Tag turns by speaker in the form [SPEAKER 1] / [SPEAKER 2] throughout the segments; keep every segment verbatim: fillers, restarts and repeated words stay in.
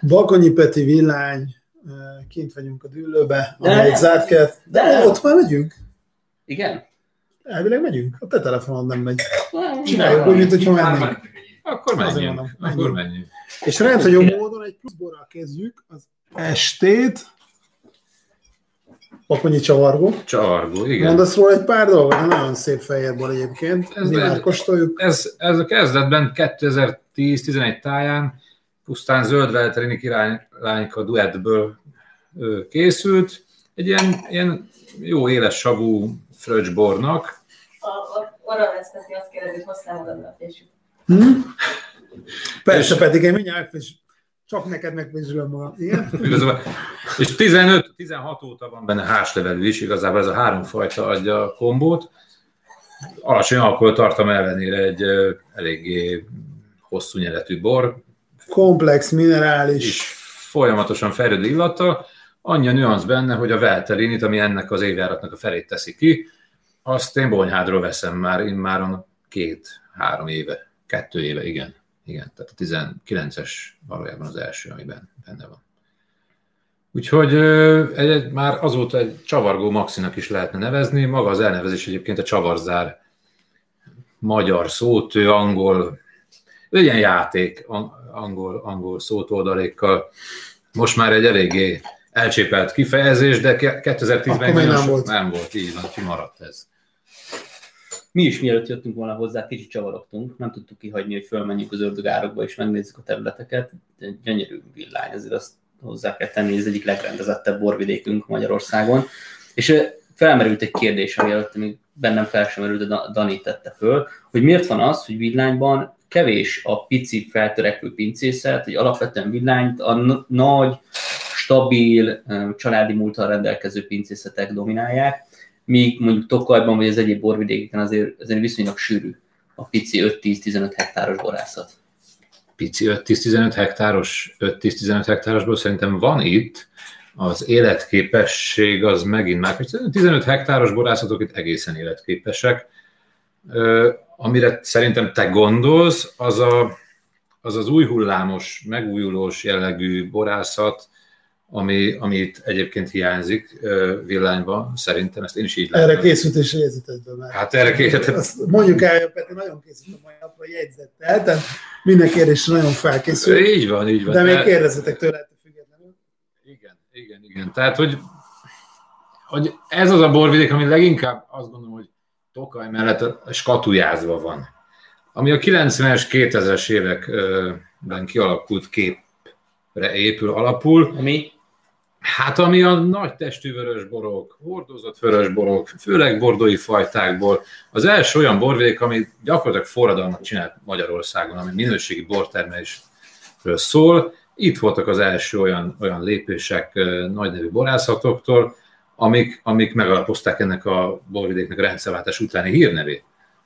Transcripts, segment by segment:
[SPEAKER 1] Bakonyi Peti villány, kint vagyunk a Düllőbe, amely egy zárt kert. De, de ott már megyünk.
[SPEAKER 2] Igen?
[SPEAKER 1] Elvileg megyünk. A te telefonod nem megy. Csináljuk úgy, mint hogyha mennénk.
[SPEAKER 3] Akkor menjünk. Akkor menjünk.
[SPEAKER 1] És rendhagyó módon egy pluszborral kezdjük az estét. Bakonyi Csavargó.
[SPEAKER 3] Csavargó, igen.
[SPEAKER 1] Mondasz róla egy pár dolgot? Nagyon szép fehérbor egyébként. Ez, Mi már kóstoljuk?
[SPEAKER 3] Ez, ez a kezdetben kétezer-tíz-tizenegy táján pusztán Zöld Velterini királynka duettből készült. Egy ilyen, ilyen jó éles savú fröccsbornak.
[SPEAKER 4] Arra lesz, Peti, azt kérdezi, hogy hosszá magad a fésük.
[SPEAKER 1] Hm? Persze, és... pedig én mindjárt, és csak neked megfésülöm magam. Igen?
[SPEAKER 3] És tizenöt-tizenhat óta van benne házlevelű is, igazából ez a három fajta adja a kombót. Alacsony alkoholtartalma ellenére egy eléggé hosszú nyeletű bor.
[SPEAKER 1] Komplex, minerális. És
[SPEAKER 3] folyamatosan fejlődő illattal. Annyi a nüansz benne, hogy a Velterinit, ami ennek az évjáratnak a felét teszi ki, azt én Bonyhádról veszem már immáron két-három éve, kettő éve, igen. Igen, tehát a tizenkilences valójában az első, amiben benne van. Úgyhogy egy, egy, már azóta egy Csavargó Maxinak is lehetne nevezni, maga az elnevezés egyébként a Csavarzár magyar szótő, angol, ilyen játék, angol, angol szótoldalékkal. Most már egy eléggé elcsépelt kifejezés, de kétezer-tízben
[SPEAKER 1] nem, nem volt.
[SPEAKER 3] Nem volt, így van, kimaradt ez.
[SPEAKER 2] Mi is mielőtt jöttünk volna hozzá, kicsit csavarogtunk, nem tudtuk kihagyni, hogy fölmenjünk az ördögárokba és megnézzük a területeket. Egy gyönyörű villány, azért azt hozzá kell tenni, ez egyik legrendezettebb borvidékünk Magyarországon. És felmerült egy kérdés, ami előtt még bennem fel sem merült, de Dani tette föl, hogy miért van az, hogy villányban kevés a pici feltörekvő pincészet, hogy alapvetően villanyt a nagy, stabil, családi múlttal rendelkező pincészetek dominálják, míg mondjuk Tokajban vagy az egyéb borvidékeken azért, azért viszonylag sűrű a pici öt-tíz-tizenöt hektáros borászat.
[SPEAKER 3] Pici öt-tíz-tizenöt hektáros, öt-tíz-tizenöt hektárosból szerintem van itt, az életképesség az megint már, hogy tizenöt hektáros borászatok itt egészen életképesek. Amire szerintem te gondolsz, az a, az, az új hullámos, megújulós jellegű borászat, ami, amit egyébként hiányzik villányban, szerintem ezt én is így látom.
[SPEAKER 1] Erre készült és jegyzetetben már.
[SPEAKER 3] Hát erre készült.
[SPEAKER 1] Mondjuk el, Peti, nagyon készült a mai napra jegyzettel, tehát minden kérdésre nagyon felkészült.
[SPEAKER 3] Így van, így van.
[SPEAKER 1] De még kérdezzetek tőle ettől függetlenül.
[SPEAKER 3] Igen, igen, igen. Tehát, hogy, hogy ez az a borvidék, ami leginkább azt gondolom, hogy Tokaj mellett skatujázva van. Ami a kilencvenes, kétezres években kialakult képre épül alapul.
[SPEAKER 2] Ami?
[SPEAKER 3] Hát ami a nagy testű vörösborok, hordozott vörösborok, főleg bordói fajtákból. Az első olyan borvidék, ami gyakorlatilag forradalmat csinált Magyarországon, ami minőségi bortermelésről szól. Itt voltak az első olyan, olyan lépések nagynevű borászatoktól, amik, amik megalapozták ennek a borvidéknek a rendszerváltás utáni hírnevét.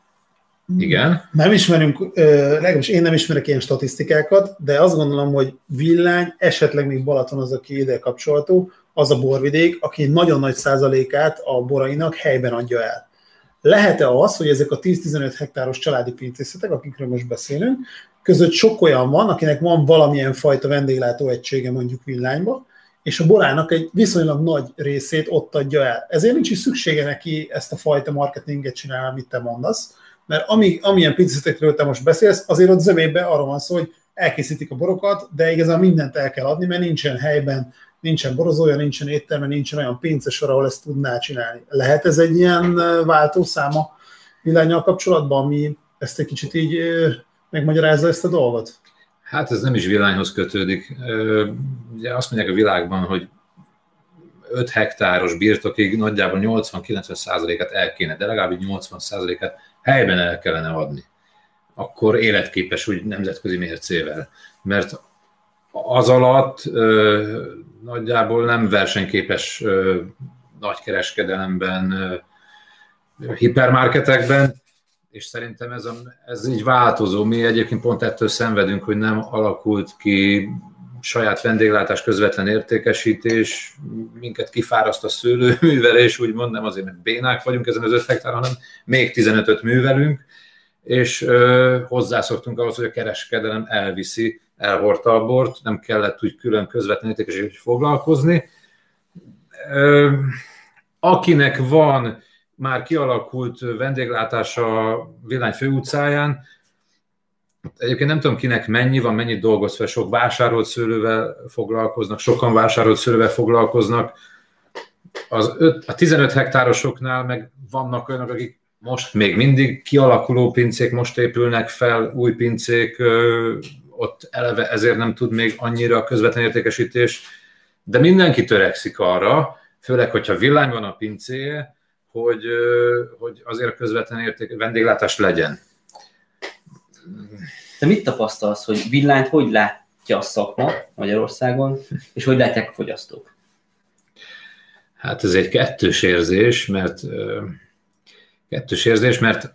[SPEAKER 3] Igen.
[SPEAKER 1] Nem ismerünk, legalábbis én nem ismerek ilyen statisztikákat, de azt gondolom, hogy Villány, esetleg még Balaton az, aki ide kapcsolható, az a borvidék, aki nagyon nagy százalékát a borainak helyben adja el. Lehet-e az, hogy ezek a tíz-tizenöt hektáros családi pincészetek, akikről most beszélünk, között sok olyan van, akinek van valamilyen fajta vendéglátóegysége mondjuk Villányba, és a borának egy viszonylag nagy részét ott adja el. Ezért nincs is szüksége neki ezt a fajta marketinget csinálni, amit te mondasz, mert ami, amilyen pincészetekről te most beszélsz, azért ott zömében arról van szó, hogy elkészítik a borokat, de igazán mindent el kell adni, mert nincsen helyben, nincsen borozója, nincsen étterme, nincsen olyan pincesor, ahol ezt tudná csinálni. Lehet ez egy ilyen váltószám a Villánnyal kapcsolatban, ami ezt egy kicsit így megmagyarázza ezt a dolgot?
[SPEAKER 3] Hát ez nem is Villányhoz kötődik. Ugye azt mondják a világban, hogy öt hektáros birtokig nagyjából nyolcvan-kilencven százalékát el kéne, de legalább nyolcvan százalékát helyben el kellene adni. Akkor életképes úgy nemzetközi mércével. Mert az alatt ö, nagyjából nem versenyképes ö, nagykereskedelemben, ö, hipermarketekben, és szerintem ez, a, ez így változó. Mi egyébként pont ettől szenvedünk, hogy nem alakult ki saját vendéglátás, közvetlen értékesítés, minket kifáraszt a szőlőművelés, úgymond nem azért, mert bénák vagyunk ezen az öt hektáron, hanem még tizenötöt művelünk, és ö, hozzászoktunk ahhoz, hogy a kereskedelem elviszi elhordta a bort, nem kellett úgy külön közvetlen értékesítésre foglalkozni. Akinek van már kialakult vendéglátása a Villány főutcáján, egyébként nem tudom kinek mennyi van, mennyit dolgoz fel, sok vásárolt szőlővel foglalkoznak, sokan vásárolt szőlővel foglalkoznak. Az öt, a tizenöt hektárosoknál meg vannak olyanok, akik most még mindig kialakuló pincék, most épülnek fel új pincék, ott eleve ezért nem tud még annyira közvetlen értékesítés, de mindenki törekszik arra, főleg, hogyha villány van a pincéje, hogy, hogy azért közvetlen érték, vendéglátás legyen.
[SPEAKER 2] Te mit tapasztalsz, hogy villányt hogy látja a szakma Magyarországon, és hogy látják a fogyasztók?
[SPEAKER 3] Hát ez egy kettős érzés, mert kettős érzés, mert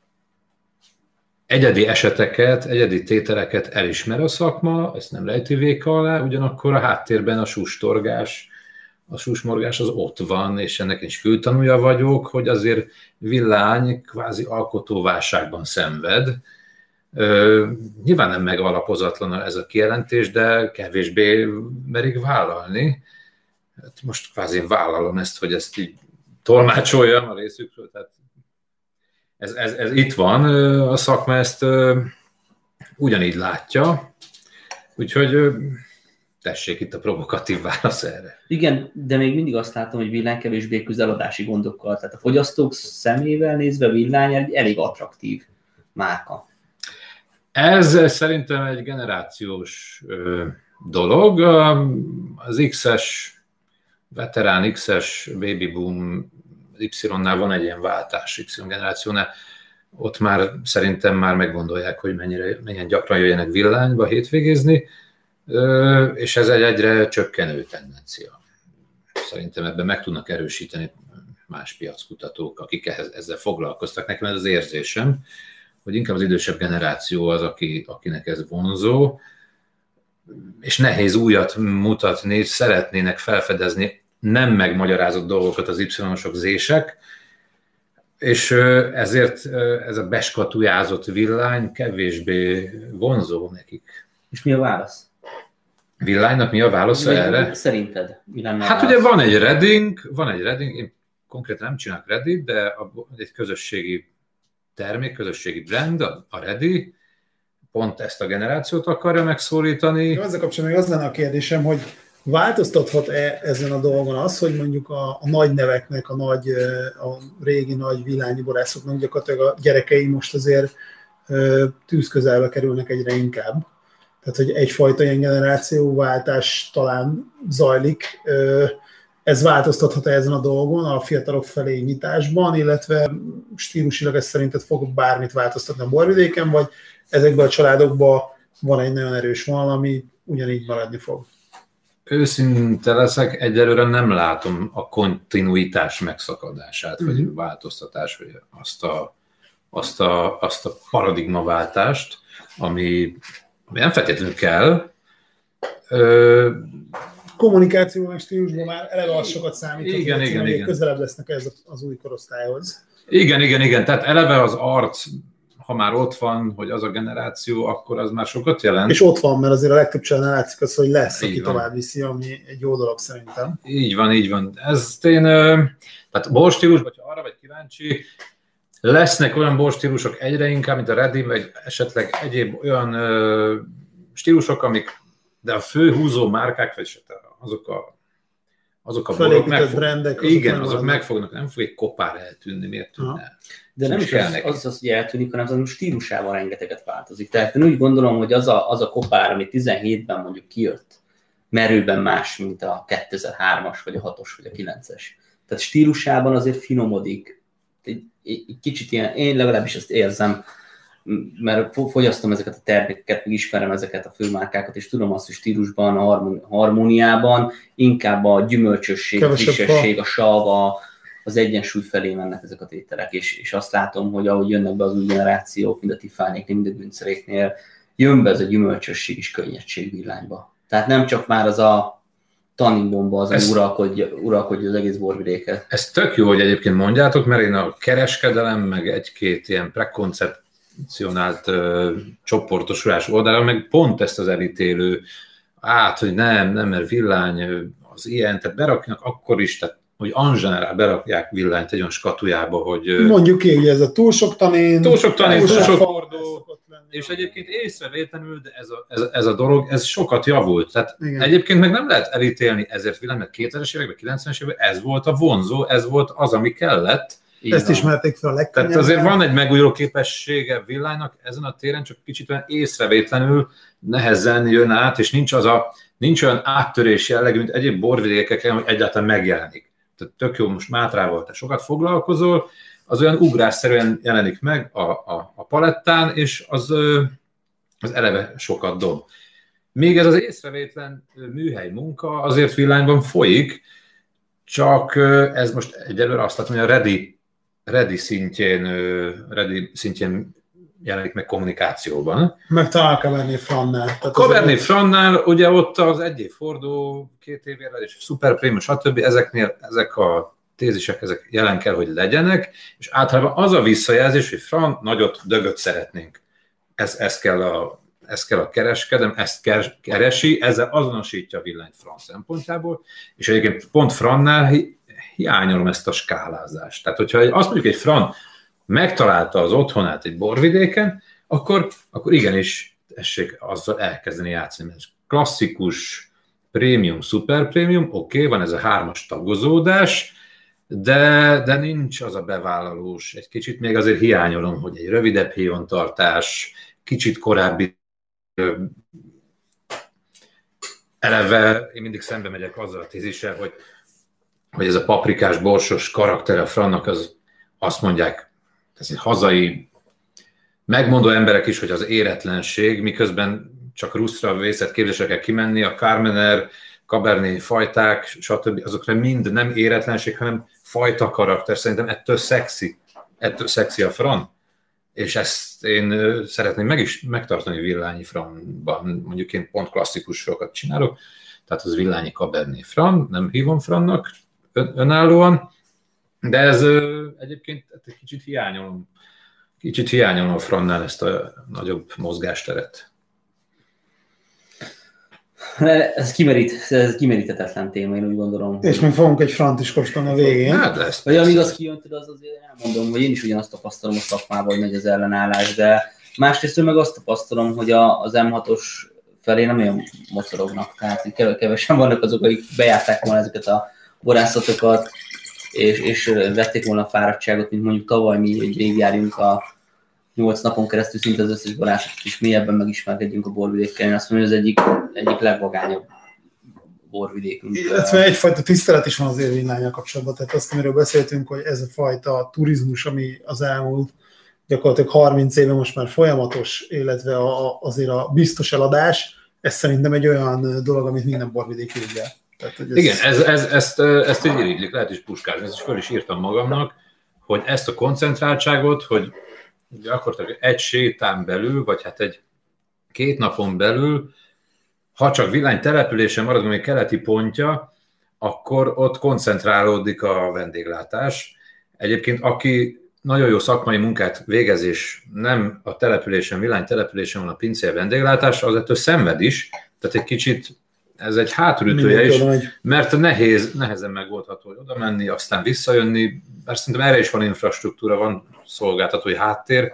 [SPEAKER 3] egyedi eseteket, egyedi tételeket elismer a szakma, ezt nem rejti véka alá, ugyanakkor a háttérben a sustorgás, a susmorgás az ott van, és ennek is fültanúja vagyok, hogy azért villány kvázi alkotóválságban szenved. Ö, nyilván nem megalapozatlan ez a kijelentés, de kevésbé merik vállalni. Hát most kvázi vállalom ezt, hogy ezt így tolmácsoljam a részükről, tehát ez, ez, ez itt van, a szakma ezt ugyanígy látja, úgyhogy tessék itt a provokatív válasz erre.
[SPEAKER 2] Igen, de még mindig azt látom, hogy villány kevésbé küzd eladási gondokkal, tehát a fogyasztók szemével nézve villány egy elég attraktív márka.
[SPEAKER 3] Ez szerintem egy generációs dolog. Az X-es, veterán X-es baby boom, Y-nál van egy ilyen váltás, Y generációnál, ott már szerintem már meggondolják, hogy mennyire, mennyien gyakran jöjjenek villányba hétvégézni, és ez egy egyre csökkenő tendencia. Szerintem ebben meg tudnak erősíteni más piackutatók, akik ehhez, ezzel foglalkoztak. Nekem ez az érzésem, hogy inkább az idősebb generáció az, aki, akinek ez vonzó, és nehéz újat mutatni, szeretnének felfedezni nem megmagyarázott dolgokat az Y-osok, zések, és ezért ez a beskatujázott villány kevésbé vonzó nekik.
[SPEAKER 2] És mi a válasz?
[SPEAKER 3] Villánynak mi a válasz erre?
[SPEAKER 2] Szerinted? Mi lenne
[SPEAKER 3] hát ugye van egy Reading, van egy Reading, én konkrétan nem csinálok Ready, de egy közösségi termék, közösségi brand, a Ready, pont ezt a generációt akarja megszólítani.
[SPEAKER 1] Jó, ezzel kapcsolatban még az lenne a kérdésem, hogy változtathat-e ezen a dolgon az, hogy mondjuk a, a nagy neveknek, a, nagy, a régi nagy villányi borászoknak gyakorlatilag a gyerekei most azért tűz közelbe kerülnek egyre inkább. Tehát, hogy egyfajta ilyen generációváltás talán zajlik. Ez változtathat-e ezen a dolgon, a fiatalok felé nyitásban, illetve stílusilag ez szerinted fog bármit változtatni a borvidéken, vagy ezekben a családokban van egy nagyon erős vonal, ami ugyanígy maradni fog?
[SPEAKER 3] Őszinte leszek, egyelőre nem látom a kontinuitás megszakadását, vagy
[SPEAKER 1] uh-huh.
[SPEAKER 3] változtatás, vagy azt a, azt a, azt a paradigmaváltást, ami, ami nem feltétlenül kell. Ö...
[SPEAKER 1] Kommunikációban és stílusban már eleve az sokat számít,
[SPEAKER 3] igen,
[SPEAKER 1] hogy
[SPEAKER 3] igen, igen.
[SPEAKER 1] közelebb lesznek ez az új korosztályhoz.
[SPEAKER 3] Igen, igen, igen. Tehát eleve az arc, ha már ott van, hogy az a generáció, akkor az már sokat jelent.
[SPEAKER 1] És ott van, mert azért a legtöbb családnál látszik az, hogy lesz,
[SPEAKER 3] így
[SPEAKER 1] aki
[SPEAKER 3] van.
[SPEAKER 1] tovább viszi, ami egy jó dolog szerintem.
[SPEAKER 3] Így van, így van. Ez én, tehát borstílus, vagy arra vagy kíváncsi, lesznek olyan borstílusok egyre inkább, mint a Ready, vagy esetleg egyéb olyan stílusok, amik, de a fő húzó márkák, vagy azok a azok a borok meg fog...
[SPEAKER 1] brandek, azok
[SPEAKER 3] igen, azok meg fognak, nem fog egy kopár eltűnni, miért tűnne el?
[SPEAKER 2] De nem is az, az, az, hogy eltűnik, hanem az stílusával rengeteget változik. Tehát én úgy gondolom, hogy az a, az a kopár, ami tizenhétben mondjuk kijött, merőben más, mint a kétezer-hármas, vagy a hatos, vagy a kilences. Tehát stílusában azért finomodik. Egy, egy kicsit ilyen, én legalábbis ezt érzem, mert fogyasztom ezeket a termékeket, meg ismerem ezeket a főmárkákat, és tudom azt, hogy stílusban, a harmóniában inkább a gyümölcsösség, a frissesség, a sav, az egyensúly felé mennek ezek a tételek, és, és azt látom, hogy ahogy jönnek be az új generációk, mind a Tiffanynéknél, mind a Günzeréknél, jön be ez a gyümölcsösség és könnyedség villányba. Tehát nem csak már az a tanningbomba az, ami uralkodja, uralkodja az egész borvidéket.
[SPEAKER 3] Ez tök jó, hogy egyébként mondjátok, mert én a kereskedelem, meg egy-két ilyen prekoncept szankcionált uh, csoportosulás oldalra, meg pont ezt az elítélő, át, hogy nem, nem, mert Villány az ilyen, tehát beraknak akkor is, tehát hogy anzsánál berakják Villányt egy olyan skatujába, hogy...
[SPEAKER 1] Mondjuk ki, hogy ez a túl sok tanén,
[SPEAKER 3] túl sok tanén, túl sok
[SPEAKER 1] fordó,
[SPEAKER 3] és egyébként észrevétlenül, de ez a, ez, ez a dolog, ez sokat javult. Tehát
[SPEAKER 1] igen.
[SPEAKER 3] Egyébként meg nem lehet elítélni ezért Villány, mert kétezres években, kilencvenes években ez volt a vonzó, ez volt az, ami kellett.
[SPEAKER 1] Ezt ismerték fel a legkönnyebben.
[SPEAKER 3] Tehát azért van egy megújuló képessége Villánynak ezen a téren, csak kicsit olyan észrevétlenül nehezen jön át, és nincs, az a, nincs olyan áttörés jellegű, mint egyéb borvidékeken, hogy egyáltalán megjelenik. Tehát tök jó, most Mátrával te sokat foglalkozol, az olyan ugrásszerűen jelenik meg a, a, a palettán, és az, az eleve sokat dob. Még ez az észrevétlen műhely munka azért Villányban folyik, csak ez most egyelőre azt látom, hogy a ready, ready szintjén, ready szintjén jelenik meg kommunikációban.
[SPEAKER 1] Meg talán Cabernet Franc-nál.
[SPEAKER 3] Cabernet Franc-nál ugye ott az egy év fordó, két évérlel és Super Prémium, stb. Ezeknél ezek a tézisek, ezek jelen kell, hogy legyenek, és általában az a visszajelzés, hogy Franc nagyot, dögöt szeretnénk. Ez, ez, kell a, ez kell a kereskedem, ezt keresi, ezzel azonosítja a Villányt Franc szempontjából, és egyébként pont Francnál hi, hiányolom ezt a skálázást. Tehát, hogyha azt mondjuk, egy Franc megtalálta az otthonát egy borvidéken, akkor, akkor igenis tessék azzal elkezdeni játszani. Ez klasszikus prémium, szuper prémium, oké, okay, van ez a hármas tagozódás, de, de nincs az a bevállalós. Egy kicsit még azért hiányolom, hogy egy rövidebb héjontartás, kicsit korábbi eleve, én mindig szembe megyek azzal a tézissel, hogy, hogy ez a paprikás, borsos karaktere a Francnak, az azt mondják, ez egy hazai, megmondó emberek is, hogy az éretlenség, miközben csak rusztra vészett képzésre kell kimenni, a Carmener, Cabernet fajták, stb. Azokra mind nem éretlenség, hanem fajta karakter. Szerintem ettől szexi. Ettől szexi a Franc. És ezt én szeretném meg is megtartani Villányi Francban. Mondjuk én pont klasszikusokat csinálok, tehát az Villányi Cabernet Franc, nem hívom Francnak önállóan, de ez egyébként egy kicsit hiányolom. Kicsit hiányolom a Francnál ezt a nagyobb mozgásteret.
[SPEAKER 2] Ez, kimerít, ez kimeríthetetlen téma, én úgy gondolom.
[SPEAKER 1] És hogy... még fogunk egy Franc is kóstolni a végén.
[SPEAKER 3] Hát lesz.
[SPEAKER 2] Vagy amíg az kijön, az azért elmondom, hogy én is ugyanazt tapasztalom a szakmában, hogy megy az ellenállás, de másrészt meg azt tapasztalom, hogy a, az em hatos felé nem olyan mocorognak, tehát kevesen vannak azok, akik bejárták volna ezeket a borászatokat, és, és vették volna a fáradtságot, mint mondjuk tavaly mi, hogy végigjárjunk a nyolc napon keresztül szinte az összes borászatot is mélyebben megismerkedjünk a borvidékkel. Én azt mondom, hogy ez egyik, egyik legvagányabb borvidékünk.
[SPEAKER 1] Illetve egyfajta tisztelet is van az Villánnyal kapcsolatban. Tehát azt, amiről beszéltünk, hogy ez a fajta turizmus, ami az elmúlt gyakorlatilag harminc éve most már folyamatos, illetve a, azért a biztos eladás, ez szerintem egy olyan dolog, amit minden borvidék ügyel.
[SPEAKER 3] Ez... Igen, ez, ez, ezt, ezt így irigylik, lehet is puskázni, ezt is föl is írtam magamnak, hogy ezt a koncentráltságot, hogy gyakorlatilag egy sétán belül, vagy hát egy két napon belül, ha csak Villány településen marad, ami keleti pontja, akkor ott koncentrálódik a vendéglátás. Egyébként aki nagyon jó szakmai munkát végez, és nem a településen, Villány településen van a pincél vendéglátás, az ettől szenved is, tehát egy kicsit ez egy hátulütője is, mert nehéz, nehezen megoldható, hogy oda menni, aztán visszajönni, bár szerintem erre is van infrastruktúra, van szolgáltatói háttér,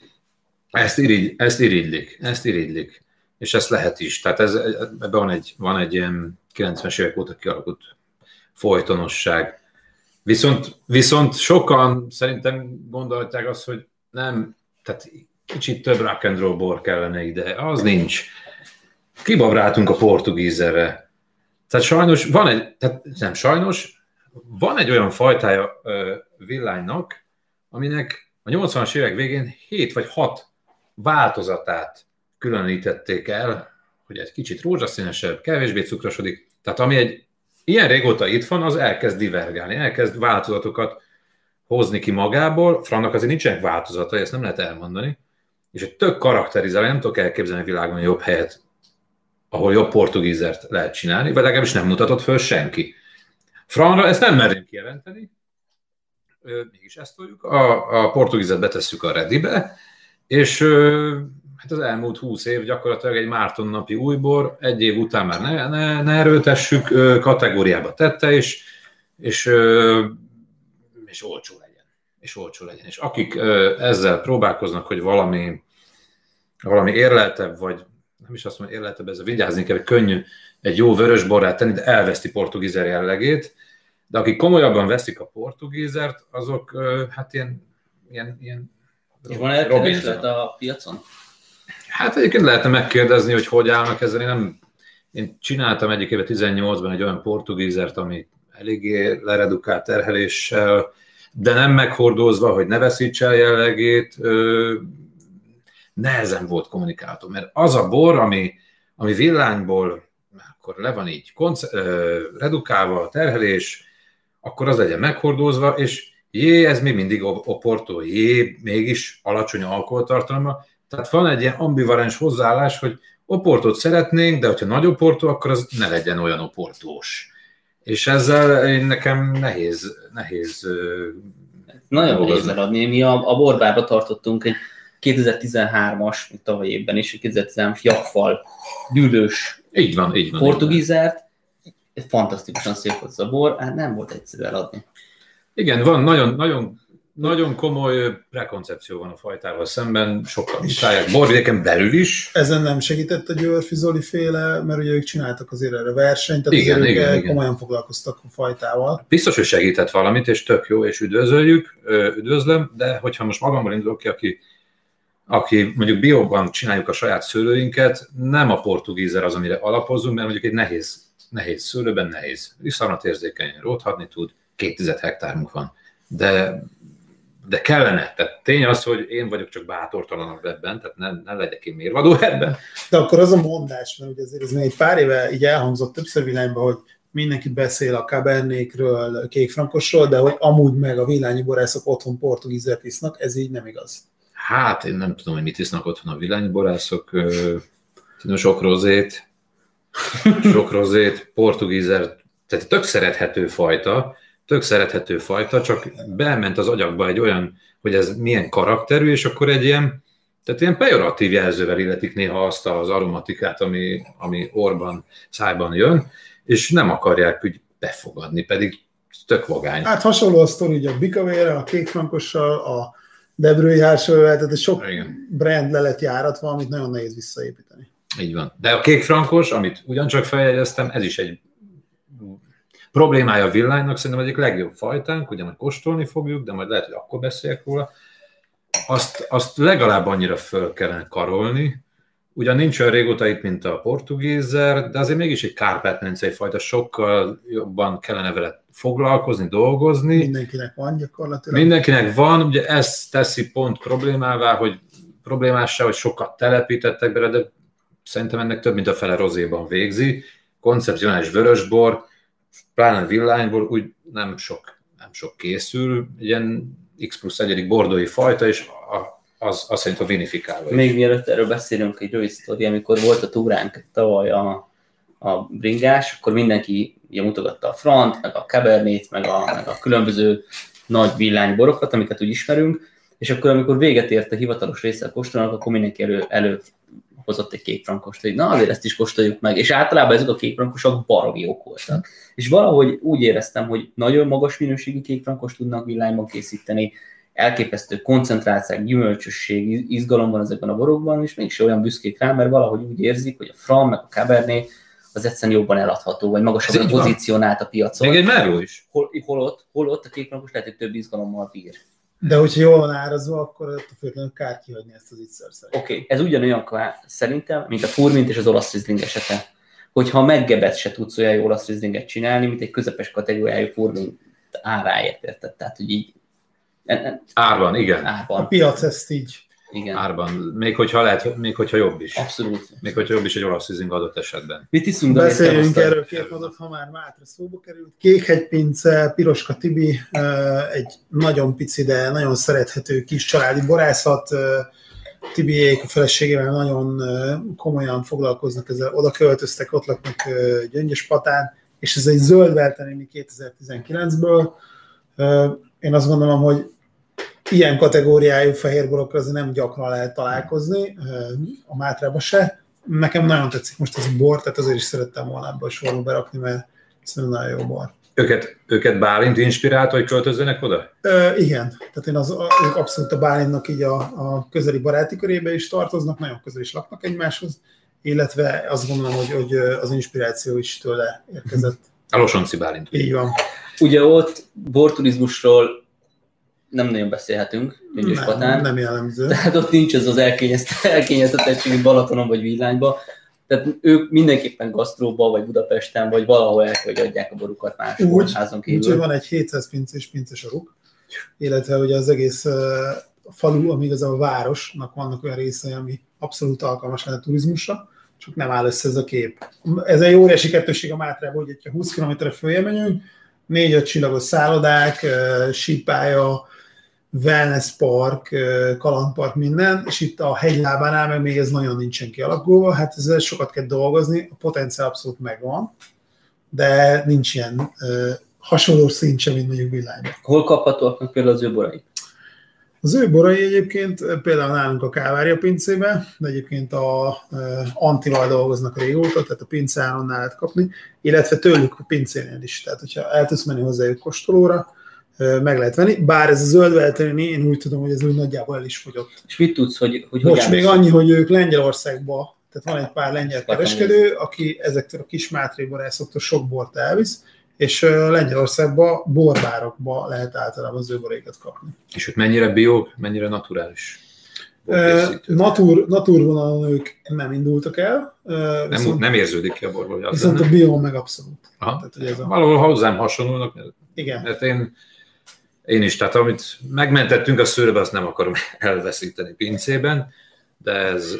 [SPEAKER 3] ezt, irigy, ezt irigylik, ezt irigylik, és ezt lehet is. Tehát ez, ebben van egy, van egy ilyen kilencvenes évek óta kialakult folytonosság. Viszont, viszont sokan szerintem gondolhatják azt, hogy nem, tehát kicsit több rock and roll bor kellene ide, az nincs. Kibabráltunk a portugízerre. Tehát sajnos van egy, tehát nem sajnos, van egy olyan fajtája ö, Villánynak, aminek a nyolcvanas évek végén hét vagy hat változatát különítették el, hogy egy kicsit rózsaszínesebb, kevésbé cukrosodik. Tehát ami egy ilyen régóta itt van, az elkezd divergálni, elkezd változatokat hozni ki magából. Francnak azért nincsenek változatai, ezt nem lehet elmondani. És egy tök karakterizál, nem tudok elképzelni a világon jobb helyet, ahol jobb portugízert lehet csinálni, vagy legalábbis nem mutatott föl senki. Francra ezt nem merném kijelenteni, mégis ezt tudjuk, a, a portugízert betesszük a readybe, És hát az elmúlt húsz év gyakorlatilag egy Márton napi újbor, egy év után már ne, ne, ne erőltessük, kategóriába tette, és, és, és olcsó legyen. És olcsó legyen. És akik ezzel próbálkoznak, hogy valami, valami érleltebb, vagy nem is azt mondom, érleltebb, ez a vigyázni kell, hogy könnyű egy jó vörösborrát tenni, de elveszti portugízer jellegét. De akik komolyabban veszik a portugízert, azok hát ilyen... ilyen, ilyen
[SPEAKER 2] és van elkereslet a piacon?
[SPEAKER 3] Hát egyébként lehetne megkérdezni, hogy hogy állnak ezzel. Én, nem, én csináltam egyik éve tizennyolcban egy olyan portugízert, ami eléggé leredukált terheléssel, de nem meghordozva, hogy ne veszítse el jellegét, ö, nehezen volt kommunikálható. Mert az a bor, ami, ami villányból, akkor le van így konce- ö, redukálva a terhelés, akkor az legyen meghordozva, és jé, ez még mindig Oporto, jé, mégis alacsony alkoholtartalma. Tehát van egy ilyen ambivalens hozzáállás, hogy Oportót szeretnénk, de hogyha nagy Oporto, akkor az ne legyen olyan oportós. És ezzel én nekem nehéz, nehéz
[SPEAKER 2] nagyon nehéz eladni. Mi a, a borbárba tartottunk egy kétezer-tizenhármas, tavaly évben is, egy kétezer-tizenhármas jakfal dűlős
[SPEAKER 3] így van, így van,
[SPEAKER 2] portugízert. Fantasztikusan szép volt a bor, hát nem volt egyszerű eladni.
[SPEAKER 3] Igen, van nagyon, nagyon, nagyon komoly prekoncepció van a fajtával szemben, sokkal utálják borvidéken belül is.
[SPEAKER 1] Ezen nem segített a Györfi Zoli féle, mert ugye ők csináltak azért erre versenyt, tehát
[SPEAKER 3] igen,
[SPEAKER 1] azért
[SPEAKER 3] igen,
[SPEAKER 1] ők
[SPEAKER 3] igen.
[SPEAKER 1] komolyan foglalkoztak a fajtával.
[SPEAKER 3] Biztos, hogy segített valamit, és tök jó, és üdvözöljük, üdvözlöm, de hogyha most magammal indulok ki, aki, aki mondjuk bióban csináljuk a saját szőlőinket, nem a portugízer az, amire alapozunk, mert mondjuk egy nehéz, nehéz szőlőben nehéz. Viszonylag érzékenyen róthatni tud, két tized hektárunk van, de, de kellene. Tehát tény az, hogy én vagyok csak bátortalanabb ebben, tehát nem, nem legyek én mérvadó ebben.
[SPEAKER 1] De akkor az a mondás, mert ugye azért ez még egy pár éve így elhangzott többször villányban, hogy mindenki beszél a Cabernékről, kékfrankosról, de hogy amúgy meg a villányi borászok otthon portugízert isznak, ez így nem igaz.
[SPEAKER 3] Hát én nem tudom, hogy mit isznak otthon a villányi borászok. Sok rozét, sok rozét, portugízert, tehát tök szerethető fajta, tök szerethető fajta, csak bement az agyakba egy olyan, hogy ez milyen karakterű, és akkor egy ilyen, tehát ilyen pejoratív jelzővel illetik néha azt az aromatikát, ami, ami orban, szájban jön, és nem akarják úgy befogadni, pedig tök vagány.
[SPEAKER 1] Hát hasonló a sztori, ugye a Bikavérrel, a kékfrankossal, a Debrői Hársóval, tehát sok igen. brand le lett járatva, amit nagyon nehéz visszaépíteni.
[SPEAKER 3] Így van. De a kékfrankos, amit ugyancsak feljegyeztem, ez is egy problémája a villánynak, szerintem egyik legjobb fajtánk, ugye majd kóstolni fogjuk, de majd lehet, hogy akkor beszéljek róla. Azt, azt legalább annyira föl kellene karolni, ugyan nincs olyan régóta itt, mint a portugízer, de azért mégis egy kárpát-medencei fajta, sokkal jobban kellene vele foglalkozni, dolgozni.
[SPEAKER 1] Mindenkinek van gyakorlatilag.
[SPEAKER 3] Mindenkinek van, ugye ez teszi pont problémává, hogy problémássá, hogy sokat telepítettek bele, de szerintem ennek több, mint a fele rozéban végzi. Koncepcionális vörösbor, pláne villányból úgy nem sok, nem sok készül, ilyen X plusz egyedik bordói fajta, és az, az szerint a vinifikálva is.
[SPEAKER 2] Még mielőtt erről beszélünk, egy rövid sztori, amikor volt a túránk tavaly a, a bringás, akkor mindenki ugye, mutogatta a front, meg a cabernet, meg a, meg a különböző nagy villányborokat, amiket úgy ismerünk, és akkor amikor véget ért a hivatalos része a kóstolónak, akkor mindenki elő, elő hozott egy kékfrankost, hogy na azért ezt is kóstoljuk meg, és általában ezek a kékfrankosok baromi jók voltak. És valahogy úgy éreztem, hogy nagyon magas minőségű kékfrankost tudnak villányban készíteni, elképesztő koncentráció, gyümölcsösség, izgalom van ezekben a borokban, és mégis olyan büszkék rá, mert valahogy úgy érzik, hogy a Franc meg a Cabernet az egyszerűen jobban eladható, vagy magasabban pozícionált a piacon.
[SPEAKER 3] Még egy Merlot is.
[SPEAKER 2] Hol, holott, holott a kékfrankos lehet, hogy több izgalommal bír.
[SPEAKER 1] De hogyha jól van árazva, akkor attól függetlenül kár kihagyni ezt az ígyszerszert.
[SPEAKER 2] Oké, okay. Ez ugyanolyan szerintem, mint a furmint és az olasz rizling esete. Hogyha a meggebet se tudsz olyan jó olasz rizlinget csinálni, mint egy közepes kategóriájú furmint áráért, érted? Tehát, hogy így...
[SPEAKER 3] Árban, igen.
[SPEAKER 2] Árban.
[SPEAKER 1] A piac ezt így.
[SPEAKER 2] Igen.
[SPEAKER 3] Árban. Még hogyha lehet, még hogyha jobb is.
[SPEAKER 2] Abszolút.
[SPEAKER 3] Még hogyha jobb is egy olasz rizling adott esetben.
[SPEAKER 2] Mit iszunk?
[SPEAKER 1] Beszéljünk erről két mondat, ha már Mátra szóba került. Kékhegypince, Piroska Tibi, egy nagyon pici, de nagyon szerethető kis családi borászat. Tibiék a feleségével nagyon komolyan foglalkoznak ezzel. Oda költöztek, ott laknak Gyöngyöspatán, és ez egy zöld Veltenini kétezer-tizenkilencből. Én azt gondolom, hogy ilyen kategóriájú fehérborokkal azért nem gyakran lehet találkozni, a Mátrában se. Nekem nagyon tetszik most ez a bor, tehát azért is szerettem volna ebbe a sorba berakni, mert szerintem nagyon jó bor.
[SPEAKER 3] Őket, őket Bálint inspirált, hogy költözzenek oda?
[SPEAKER 1] Ö, igen, tehát én az, ők abszolút a Bálintnak így a, a közeli baráti körébe is tartoznak, nagyon közel is laknak egymáshoz, illetve azt gondolom, hogy, hogy az inspiráció is tőle érkezett.
[SPEAKER 3] A Losonci Bálint.
[SPEAKER 1] Így van.
[SPEAKER 2] Ugye ott borturizmusról nem nagyon beszélhetünk, Gyöngyöspatán.
[SPEAKER 1] Nem, nem jellemző.
[SPEAKER 2] Tehát ott nincs ez az elkényeztetettség, mint Balatonon vagy Villányban. Tehát ők mindenképpen gasztróba, vagy Budapesten, vagy valahol el, hogy adják a borukat más házon kívül.
[SPEAKER 1] Úgyhogy van egy hétszáz pincés pincesoruk, illetve ugye az egész uh, falu, ami igazából a városnak vannak olyan részei, ami abszolút alkalmas lehet turizmusra, csak nem áll össze ez a kép. Ez egy óriási kettősség a Mátrában, hogy ha húsz kilométerre följebb megyünk, négy-öt csillagos szállodák, uh, sípálya, wellness park, kalandpark, minden, és itt a hegylábánál meg még ez nagyon nincsen kialakulva, hát ezzel sokat kell dolgozni, a potenciál abszolút megvan, de nincs ilyen uh, hasonló szint sem, mint mondjuk Villányban.
[SPEAKER 2] Hol kaphatóak meg például az ő borai?
[SPEAKER 1] Az ő borai egyébként például nálunk a Kávária pincébe, de egyébként a uh, Antival dolgoznak régóta, tehát a pincéáronnál lehet kapni, illetve tőlük a pincénél is, tehát hogyha el tudsz menni hozzájuk kóstolóra, meg lehet venni, bár ez a zöld Veltlini, én úgy tudom, hogy ez úgy nagyjából el is fogyott.
[SPEAKER 2] És mit tudsz, hogy... hogy
[SPEAKER 1] Most még annyi, hogy ők Lengyelországban, tehát van egy pár lengyel kereskedő, aki ezektől a kis Mátré borászoktól sok bort elvisz, és Lengyelországban borbárokba lehet általában az ő borékat kapni.
[SPEAKER 3] És ott mennyire bio, mennyire naturális?
[SPEAKER 1] Natur, naturvonalon ők nem indultak el.
[SPEAKER 3] Nem, viszont, nem érződik ki a borból.
[SPEAKER 1] Viszont a bio meg abszolút.
[SPEAKER 3] Tehát, ez a... Valahol hozzám hasonlulnak, mert,
[SPEAKER 1] igen.
[SPEAKER 3] mert én, én is, tehát amit megmentettünk a szőrbe, azt nem akarom elveszíteni pincében, de ez...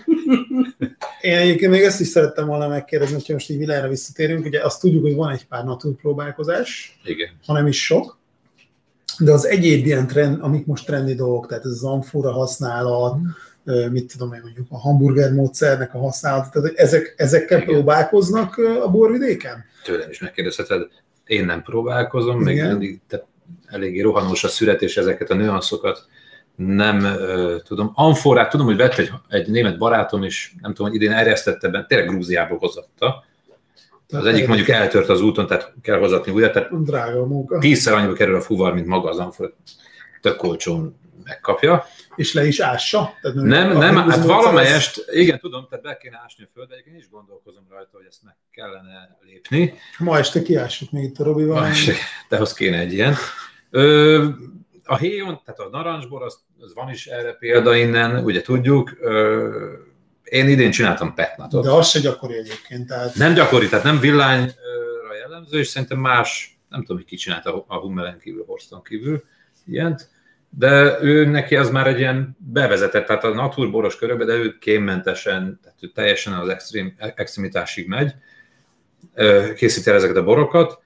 [SPEAKER 1] Én egyébként még ezt is szerettem volna megkérdezni, hogyha most így világra visszatérünk, ugye azt tudjuk, hogy van egy pár naturpróbálkozás,
[SPEAKER 3] igen.
[SPEAKER 1] Ha nem is sok, de az egyéb ilyen trend, amik most trendi dolgok, tehát ez az amfora használat, mm. mit tudom én mondjuk a hamburger módszernek a használat, tehát ezek, ezekkel igen. próbálkoznak a borvidéken?
[SPEAKER 3] Tőlem is megkérdezheted, én nem próbálkozom, még mindig eléggé rohanós a szület, és ezeket a nüanszokat nem uh, tudom. Amforát tudom, hogy vett egy, egy német barátom, és nem tudom, hogy idén erjesztette benne, tényleg Grúziából hozatta. Az egyik mondjuk eltört az úton, tehát kell hozatni újra, tehát
[SPEAKER 1] drága a munka.
[SPEAKER 3] Tízszer annyiba kerül a fuvar, mint maga az amfora, tök olcsón megkapja.
[SPEAKER 1] És le is ássa? Tehát
[SPEAKER 3] nem, nem, hát valamelyest, igen, tudom, tehát be kéne ásni a földbe, egyébként is gondolkozom rajta, hogy ezt meg kellene lépni.
[SPEAKER 1] Ma este kiássuk még itt a Robival.
[SPEAKER 3] Ma este, tehoz kéne egy ilyen. Ö, a héjon, tehát a narancsbor, az, az van is erre példa innen, ugye tudjuk. Ö, én idén csináltam petnatot.
[SPEAKER 1] De az se gyakori egyébként. Tehát...
[SPEAKER 3] Nem gyakori, tehát nem villányra jellemző, és szerintem más, nem tudom, hogy ki csinálta a Hummelen kívül, Horston kívül ilyent, de ő neki az már egy ilyen bevezetett, tehát a naturboros körökbe, de ő kémmentesen, tehát ő teljesen az extrém, extremitásig megy, készíti el ezeket a borokat.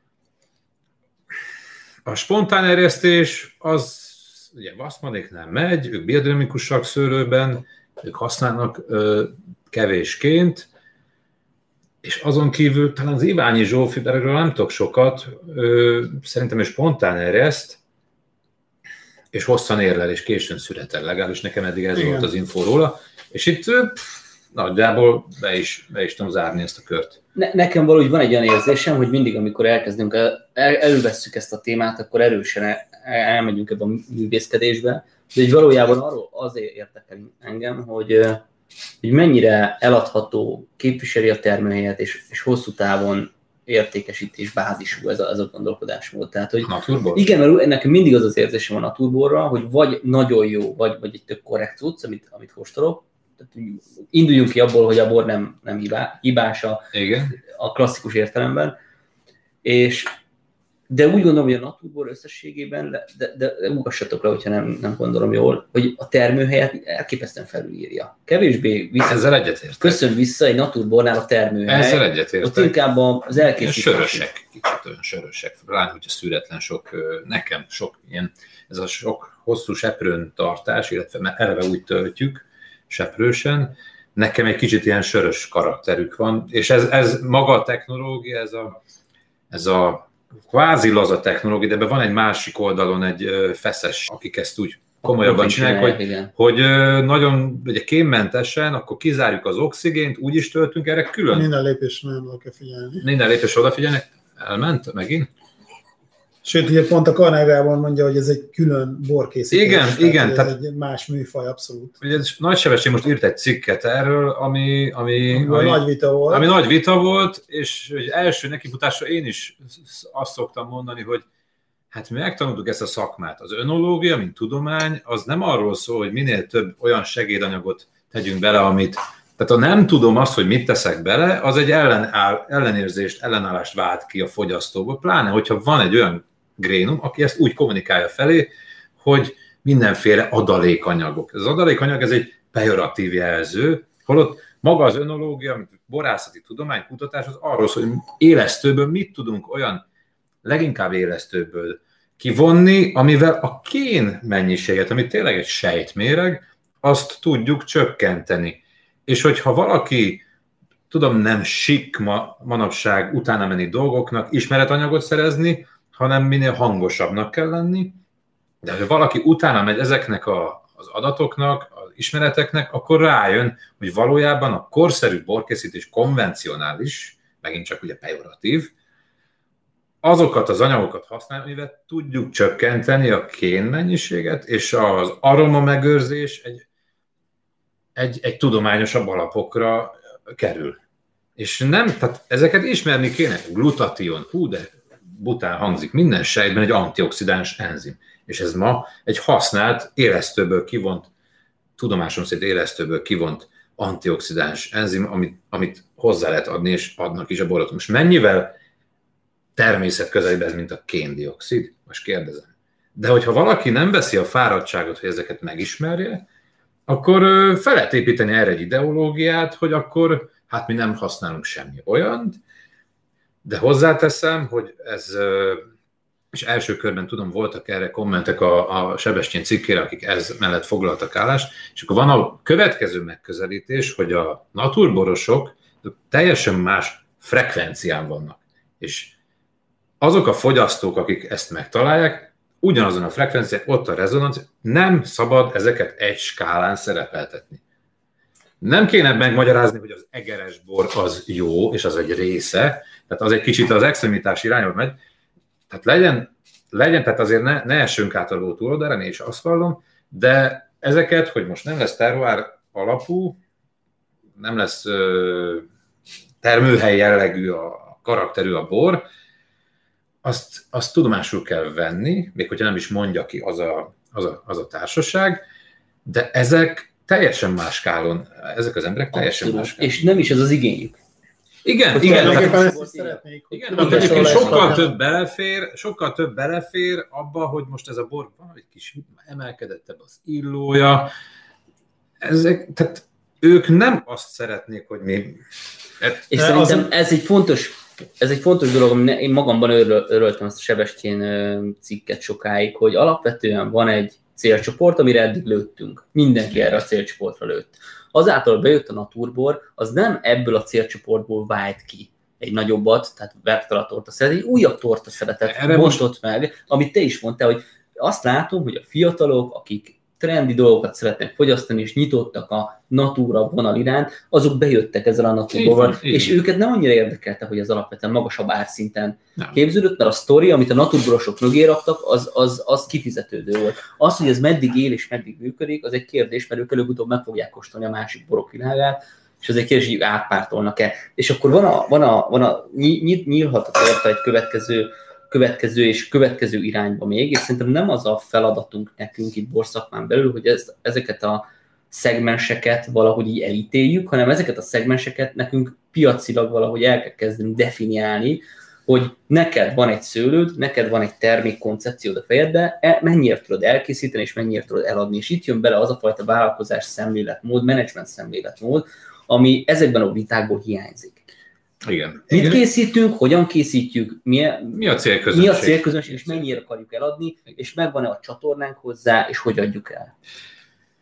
[SPEAKER 3] A spontán erjesztés, az ugye Vaszmanéknál megy, ők biodinamikusak szőlőben, ők használnak ö, kevésként, és azon kívül talán az Iványi Zsófi, erről nem tudok sokat, ö, szerintem ő spontán ereszt, és hosszan érlel, és későn születel, legalábbis nekem eddig ez igen. volt az infó róla, és itt pff, nagyjából be is, be is tudom zárni ezt a kört.
[SPEAKER 2] Ne, nekem valahogy van egy olyan érzésem, hogy mindig, amikor elkezdünk, el, el, elővesszük ezt a témát, akkor erősen el, elmegyünk ebbe a művészkedésbe, de így valójában arról azért érdekel engem, hogy, hogy mennyire eladható, képviseli a termőhelyet, és, és hosszú távon értékesítés bázisú ez a, ez a gondolkodásmód. Tehát, hogy
[SPEAKER 3] naturbor?
[SPEAKER 2] Igen, mert nekem mindig az az érzésem a naturborra, hogy vagy nagyon jó, vagy, vagy egy tök korrekt cucc, amit, amit kóstolok. Tehát induljunk ki abból, hogy a bor nem, nem hibá, hibás a, a klasszikus értelemben. És de úgy gondolom, hogy a naturbor összességében, de, de, de ugassatok le, hogyha nem, nem gondolom jól, hogy a termőhelyet elképesztően felülírja. Kevésbé vissza,
[SPEAKER 3] ezzel egyetértek.
[SPEAKER 2] Köszön vissza egy naturbornál a termőhely.
[SPEAKER 3] Ezzel egyetértek.
[SPEAKER 2] Ott inkább az elkészítés.
[SPEAKER 3] Sörösek, kicsit olyan sörösek. Lány, hogyha szüretlen sok, nekem sok ilyen, ez a sok hosszú seprőn tartás, illetve eleve úgy töltjük seprősen, nekem egy kicsit ilyen sörös karakterük van, és ez, ez maga a technológia, ez a, ez a kvázi laza technológia, de ebben van egy másik oldalon egy feszes, akik ezt úgy komolyabban csinálják, hogy, hogy nagyon ugye kémmentesen, akkor kizárjuk az oxigént, úgy is töltünk erre külön.
[SPEAKER 1] Minden lépésre nagyon oda kell figyelni.
[SPEAKER 3] Minden lépésre odafigyelnek. Elment megint?
[SPEAKER 1] Sőt, ugye pont a Carnegában mondja, hogy ez egy külön borkészítés.
[SPEAKER 3] Igen,
[SPEAKER 1] tehát
[SPEAKER 3] igen.
[SPEAKER 1] Ez
[SPEAKER 3] tehát,
[SPEAKER 1] egy más műfaj, abszolút.
[SPEAKER 3] Ugye Nagy Sebestyén most írt egy cikket erről, ami, ami, ami,
[SPEAKER 1] ami nagy vita volt.
[SPEAKER 3] Ami nagy vita volt, és hogy első nekifutásra én is azt szoktam mondani, hogy hát mi megtanultuk ezt a szakmát. Az önológia, mint tudomány, az nem arról szól, hogy minél több olyan segédanyagot tegyünk bele, amit... Tehát ha nem tudom azt, hogy mit teszek bele, az egy ellenáll, ellenérzést, ellenállást vált ki a fogyasztóból, pláne, hogyha van egy olyan grénum, aki ezt úgy kommunikálja felé, hogy mindenféle adalékanyagok. Az adalékanyag, ez egy pejoratív jelző, holott maga az önológia, mint borászati tudomány, kutatás, az arról szól, hogy élesztőből mit tudunk olyan leginkább élesztőből kivonni, amivel a kén mennyiséget, ami tényleg egy sejtméreg, azt tudjuk csökkenteni. És hogyha valaki, tudom, nem sik ma, manapság utána menni dolgoknak, ismeretanyagot szerezni, hanem minél hangosabbnak kell lenni, de ha valaki utána megy ezeknek a, az adatoknak, az ismereteknek, akkor rájön, hogy valójában a korszerű borkészítés konvencionális, megint csak ugye pejoratív, azokat az anyagokat használni, amivel tudjuk csökkenteni a kén mennyiséget, és az aroma megőrzés egy, egy, egy tudományosabb alapokra kerül. És nem, tehát ezeket ismerni kéne. Glutation, hú, de bután hangzik, minden sejtben egy antioxidáns enzim. És ez ma egy használt, élesztőből kivont, tudomásom szerint élesztőből kivont antioxidáns enzim, amit, amit hozzá lehet adni, és adnak is a borot. Most mennyivel természetközelibb ez, mint a kén-dioxid? Most kérdezem. De hogyha valaki nem veszi a fáradtságot, hogy ezeket megismerje, akkor fel lehet építeni erre egy ideológiát, hogy akkor hát mi nem használunk semmi olyant, de hozzáteszem, hogy ez, és első körben tudom, voltak erre kommentek a, a Sebestyén cikkére, akik ez mellett foglaltak állást, és akkor van a következő megközelítés, hogy a naturborosok teljesen más frekvencián vannak. És azok a fogyasztók, akik ezt megtalálják, ugyanazon a frekvencián, ott a rezonancia, nem szabad ezeket egy skálán szerepeltetni. Nem kéne megmagyarázni, hogy az egeres bor az jó, és az egy része, tehát az egy kicsit az extremitás irányba megy, tehát legyen, legyen tehát azért ne, ne essünk át a ló túloldalára, én is azt vallom, de ezeket, hogy most nem lesz terroir alapú, nem lesz ö, termőhely jellegű a karakterű a bor, azt, azt tudomásul kell venni, még hogyha nem is mondja ki az a, az a, az a társaság, de ezek teljesen más skálon, ezek az emberek teljesen
[SPEAKER 2] Abszolút.
[SPEAKER 3] más skálon.
[SPEAKER 2] És nem is ez az igényük.
[SPEAKER 3] Igen,
[SPEAKER 1] Hogy
[SPEAKER 3] igen.
[SPEAKER 1] tulajdonképpen
[SPEAKER 3] Tehát,
[SPEAKER 1] ezt is szeretnék. hogy
[SPEAKER 3] igen,
[SPEAKER 1] tudatosra
[SPEAKER 3] egyébként
[SPEAKER 1] lesz
[SPEAKER 3] sokkal
[SPEAKER 1] kapni.
[SPEAKER 3] több belefér, sokkal több belefér abba, hogy most ez a bor van, egy kis emelkedettebb az illója. Ezek, tehát ők nem azt szeretnék, hogy mi...
[SPEAKER 2] És
[SPEAKER 1] De
[SPEAKER 2] szerintem
[SPEAKER 1] az-
[SPEAKER 2] ez egy fontos, ez egy fontos dolog, ami én magamban öröl, öröltem ezt a Sebestyén ö, cikket sokáig, hogy alapvetően van egy célcsoport, amire eddig lőttünk. Mindenki erre a célcsoportra lőtt. Azáltal bejött a naturbor, az nem ebből a célcsoportból vált ki egy nagyobbat, tehát Bertalan torta szeret, egy újabb torta szeretet bontott meg, amit te is mondtál, hogy azt látom, hogy a fiatalok, akik trendi dolgokat szeretnek fogyasztani, és nyitottak a natúra vonal iránt, azok bejöttek ezzel a natúrból, és
[SPEAKER 3] így.
[SPEAKER 2] őket nem annyira érdekelte, hogy az alapvetően magasabb árszinten
[SPEAKER 3] Nem.
[SPEAKER 2] képződött, mert a sztori, amit a natúrborosok mögé raktak, az, az, az kifizetődő volt. Az, hogy ez meddig él és meddig működik, az egy kérdés, mert ők előbb-utóbb meg fogják kóstolni a másik borok világát, és az egy kérdés, hogy átpártolnak-e. És akkor van a, van a, van a ny- nyílhat a torta egy következő következő és következő irányba még, és szerintem nem az a feladatunk nekünk itt borszakmán belül, hogy ez, ezeket a szegmenseket valahogy így elítéljük, hanem ezeket a szegmenseket nekünk piacilag valahogy el kell kezdeni definiálni, hogy neked van egy szőlőd, neked van egy termékkoncepciód a fejedbe, e, mennyire tudod elkészíteni, és mennyire tudod eladni. És itt jön bele az a fajta vállalkozás szemléletmód, menedzsment szemléletmód, ami ezekben a vitákból hiányzik.
[SPEAKER 3] Igen.
[SPEAKER 2] Mit készítünk, hogyan készítjük, mi a,
[SPEAKER 3] Mi a célközönség?
[SPEAKER 2] mi a célközönség, és mennyire akarjuk eladni, és megvan-e a csatornánk hozzá, és hogy adjuk el.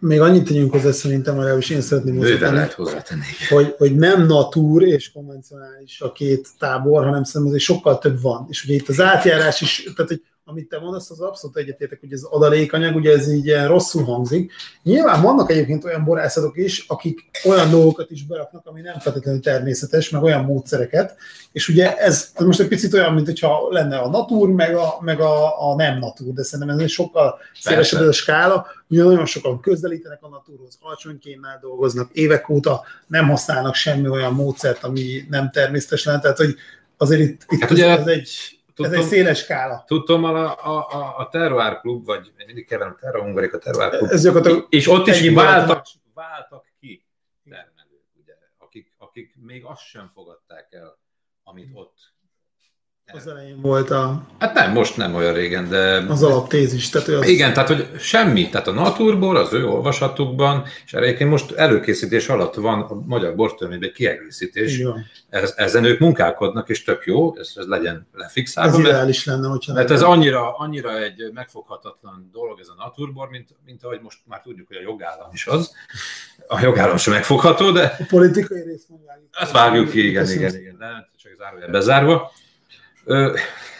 [SPEAKER 1] még annyit tegyünk hozzá, szerintem, legalábbis én szeretném
[SPEAKER 3] hozzátenni, lehet hozzátenni.
[SPEAKER 1] Hogy, hogy nem natúr és konvencionális a két tábor, hanem szerintem azért sokkal több van. És ugye itt az átjárás is, tehát hogy amit te mondasz, az abszolút egyetértek, hogy ez adalékanyag, ugye ez így ilyen rosszul hangzik. Nyilván vannak egyébként olyan borászatok is, akik olyan dolgokat is beraknak, ami nem feltétlenül természetes, meg olyan módszereket, és ugye ez, ez most egy picit olyan, mint hogyha lenne a natúr, meg a, meg a, a nem natúr, de szerintem ez sokkal szélesebb a skála, ugye nagyon sokan közelítenek a natúrhoz, alacsony kémmel dolgoznak, évek óta nem használnak semmi olyan módszert, ami nem természetes lenne, tehát hogy azért itt, itt hát ugye, ez egy Tudtom, ez egy széles skála.
[SPEAKER 3] Tudtam, a, a, a, a Terroir Klub, vagy mindig keverem a Terra Hungarik, a Terroir Klub,
[SPEAKER 1] ez
[SPEAKER 3] és ott is váltak, váltak ki termelők, ugye, akik, akik még azt sem fogadták el, amit ott.
[SPEAKER 1] Az elején volt a...
[SPEAKER 3] Hát nem, most nem olyan régen, de...
[SPEAKER 1] Az alaptézis. Tehát az...
[SPEAKER 3] Igen, tehát hogy semmi. Tehát a Naturbor az ő olvasatukban, és egyébként most előkészítés alatt van a magyar bortörvényben kiegészítés. Ez, ezen ők munkálkodnak, és tök jó, ez, ez legyen lefixálva.
[SPEAKER 1] Ez ideális lenne, hogyha...
[SPEAKER 3] Mert ez annyira, annyira egy megfoghatatlan dolog ez a Naturbor, mint, mint ahogy most már tudjuk, hogy a jogállam is az. A jogállam sem megfogható, de...
[SPEAKER 1] A politikai részt mondjuk.
[SPEAKER 3] Ezt vágjuk ki, igen, igen, igen, igen. De csak zárójel bezárva. Ö,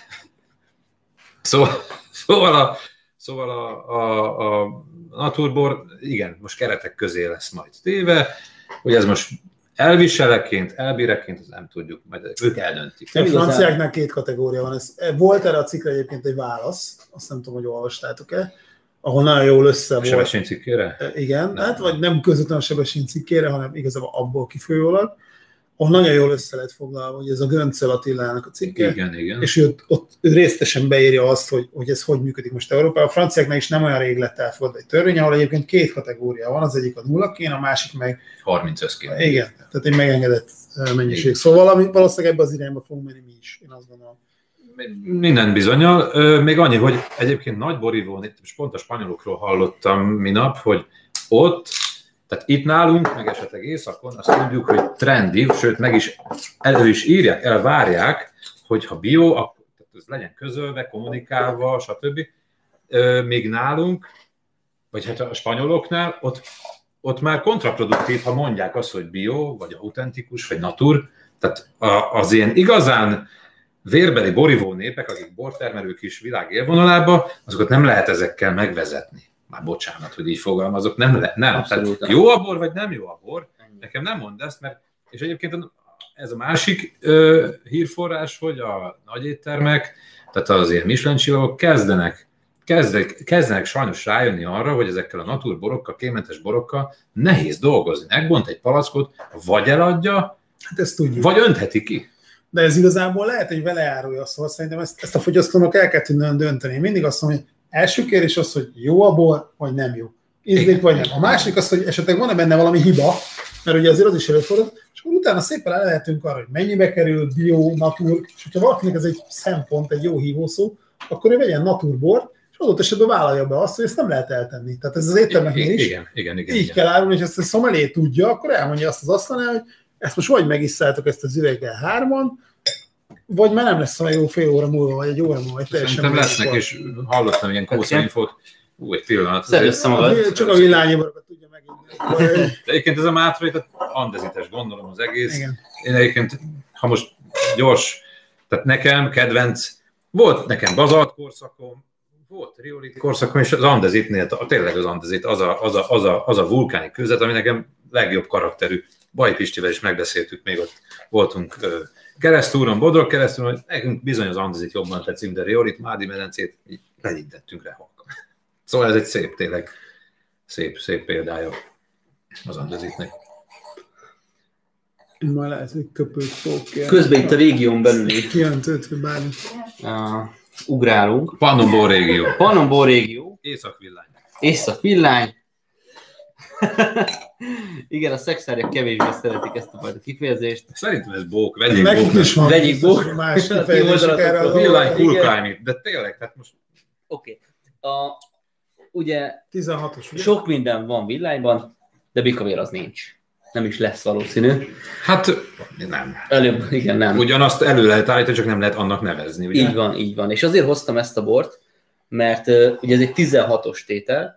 [SPEAKER 3] szóval, szóval, a, szóval a, a, a Naturbor, igen, most keretek közé lesz majd téve, hogy ez most elviseleként, elbíreként, az nem tudjuk, majd ők eldöntik.
[SPEAKER 1] A franciáknál két kategória van. Ez, volt erre a cikkre egyébként egy válasz, azt nem tudom, hogy olvastátok-e, ahol nagyon jól össze volt.
[SPEAKER 3] Sebestyén cikkére?
[SPEAKER 1] Igen, nem. Hát vagy nem közvetlenül a Sebestyén cikkére, hanem igazából abból kifolyólag. Ahol nagyon jól össze lehet foglalva, hogy ez a Göncel Attilának a cikke,
[SPEAKER 3] igen, igen.
[SPEAKER 1] és ő ott ő részletesen beírja azt, hogy, hogy ez hogy működik most Európában. A franciáknál is nem olyan rég lett elfogadva egy törvény, ahol egyébként két kategória van, az egyik a nulla kén, a másik meg...
[SPEAKER 3] harminc kén.
[SPEAKER 1] Igen, tehát egy megengedett mennyiség. Igen. Szóval valószínűleg ebbe az irányba fogunk menni mi is, én azt gondolom.
[SPEAKER 3] Minden bizonnyal. Még annyi, hogy egyébként nagy borívón, itt most pont a spanyolokról hallottam minap, hogy ott, tehát itt nálunk, meg esetleg északon, azt tudjuk, hogy trendi, sőt meg is elő is írják, elvárják, hogyha bio, akkor ez legyen közölve, kommunikálva, stb. Még nálunk, vagy hát a spanyoloknál, ott, ott már kontraproduktív, ha mondják azt, hogy bio, vagy autentikus, vagy natur. Tehát az ilyen igazán vérbeli borívó népek, akik bortermelők is világ élvonalába, azokat nem lehet ezekkel megvezetni. Már bocsánat, hogy így fogalmazok, nem lehet, nem. Tehát jó a bor, vagy nem jó a bor? Nekem nem mondd ezt, mert, és egyébként ez a másik ö, hírforrás, hogy a nagy éttermek, tehát az ilyen Michelin-csillagok kezdenek, kezdenek, kezdenek sajnos rájönni arra, hogy ezekkel a naturborokkal, kémmentes borokkal nehéz dolgozni. Megbont egy palackot, vagy eladja,
[SPEAKER 1] hát ezt tudjuk,
[SPEAKER 3] vagy öntheti ki.
[SPEAKER 1] De ez igazából lehet, hogy veleárulja, szóval szerintem ezt, ezt a fogyasztónak el kell tudni dönteni. Mindig azt mondom, hogy első kérdés az, hogy jó a bor, vagy nem jó. Ízlik, vagy nem. A másik az, hogy esetleg van-e benne valami hiba, mert ugye azért az is előfordul, és akkor utána szépen el lehetünk arra, hogy mennyibe kerül, bio, natur, és hogyha valakinek ez egy szempont, egy jó hívószó, akkor ő vegyen naturbort, és adott esetben vállalja be azt, hogy ezt nem lehet eltenni. Tehát ez az éttermeknél is.
[SPEAKER 3] Igen, igen, igen,
[SPEAKER 1] így
[SPEAKER 3] igen.
[SPEAKER 1] kell árulni, és ezt a szomelé tudja, akkor elmondja azt az asztalnál, hogy ezt most vagy megisszálltok ezt az üveggel hárman, vagy már nem lesz olyan jó fél óra múlva, vagy egy óra múlva.
[SPEAKER 3] Szerintem lesznek, és hallottam ilyen kószainfót. Ú, egy pillanat.
[SPEAKER 1] Csak a villányibarokat tudja meginni.
[SPEAKER 3] Egyébként ez a Mátra, tehát andezites gondolom az egész. Igen. Én egyébként, ha most gyors, tehát nekem kedvenc, volt nekem bazalt korszakom, volt riolit korszakom, és az andezitnél, tényleg az andezit, az a, az a, az a, az a vulkáni kőzet, ami nekem legjobb karakterű. Baj Pistivel is megbeszéltük, még ott voltunk keresztúron, Bodrog keresztúron, hogy nekünk bizony az andezit jobban tetszik, de riolit, Mádi medencét így legyintettünk rá halkan. Szóval ez egy szép, tényleg szép, szép példája az andezitnek.
[SPEAKER 1] Már lehet, hogy köpőt fog.
[SPEAKER 2] Közben itt a régión belül
[SPEAKER 1] kijöntött, bármi.
[SPEAKER 2] Uh, ugrálunk.
[SPEAKER 3] Pannonbor régió.
[SPEAKER 2] Pannonbor régió.
[SPEAKER 3] Észak-villány.
[SPEAKER 2] Észak-villány. Igen, a szexáriak kevésbé szeretik ezt a fajta kifejezést.
[SPEAKER 3] Szerintem ez bók, vegyék
[SPEAKER 1] bók. Is van,
[SPEAKER 2] vegyék bók.
[SPEAKER 1] Más kifejezések erre
[SPEAKER 3] a villány kulkálni, de tényleg, tehát most...
[SPEAKER 2] Oké. Okay. Ugye
[SPEAKER 1] tizenhatos, ugye?
[SPEAKER 2] Sok minden van villányban, de bikavér az nincs. Nem is lesz valószínű.
[SPEAKER 3] Hát nem.
[SPEAKER 2] Előbb, igen, nem.
[SPEAKER 3] Ugyanazt elő lehet állítani, csak nem lehet annak nevezni. Ugye?
[SPEAKER 2] Így van, így van. És azért hoztam ezt a bort, mert uh, ugye ez egy tizenhatos tétel,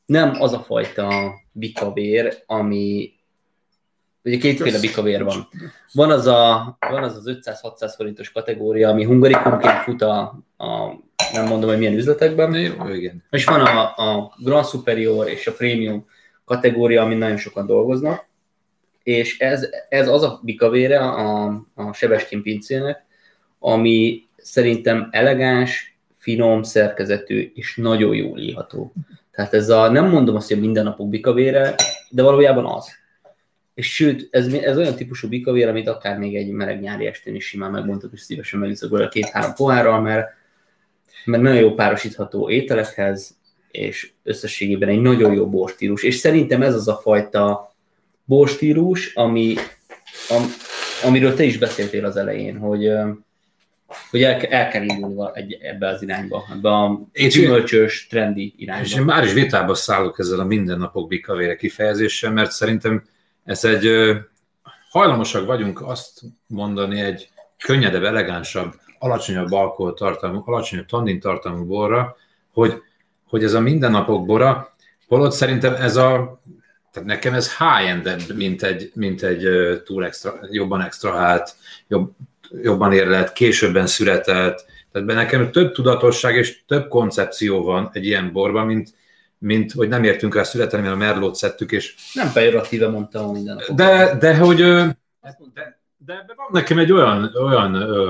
[SPEAKER 2] nem az a fajta bikavér, ami ugye kétféle bikavér van. Van az a, van az, az ötszáz-hatszáz forintos kategória, ami hungarikumként fut a, a, nem mondom, hogy milyen üzletekben.
[SPEAKER 3] Jó, igen.
[SPEAKER 2] És van a, a Grand Superior és a Premium kategória, amin nagyon sokan dolgoznak. És ez, ez az a bikavére a, a Sebestyén pincének, ami szerintem elegáns, finom, szerkezetű és nagyon jól íható. Tehát ez a, nem mondom azt, hogy mindennapok bikavére, de valójában az. És sőt, ez, ez olyan típusú bikavér, amit akár még egy meleg nyári estén is simán megmondtuk, és szívesen megiszok vele két-három pohárral, mert, mert nagyon jó párosítható ételekhez, és összességében egy nagyon jó borstílus. És szerintem ez az a fajta borstílus, ami, am, amiről te is beszéltél az elején, hogy, hogy el, el kell indulni egy, ebbe az irányba, ebbe a gyümölcsös, trendi irányba.
[SPEAKER 3] És én már is vitába szállok ezzel a mindennapok bikavére kifejezéssel, mert szerintem ez egy, hajlamosak vagyunk azt mondani egy könnyedebb, elegánsabb, alacsonyabb alkoholtartalmú, alacsonyabb tannintartalmú borra, hogy, hogy ez a mindennapok bora, holott szerintem ez a, tehát nekem ez high-endebb, mint egy, mint egy túl extra, jobban extrahált, jobb, jobban érlelt, későbben született, tehát benne nekem több tudatosság és több koncepció van egy ilyen borban, mint mint hogy nem értünk rá születni, mert a merlót szedtük, és...
[SPEAKER 2] Nem pejoratíve mondtam minden napot.
[SPEAKER 3] De, de hogy... De, de van nekem egy olyan, olyan ö,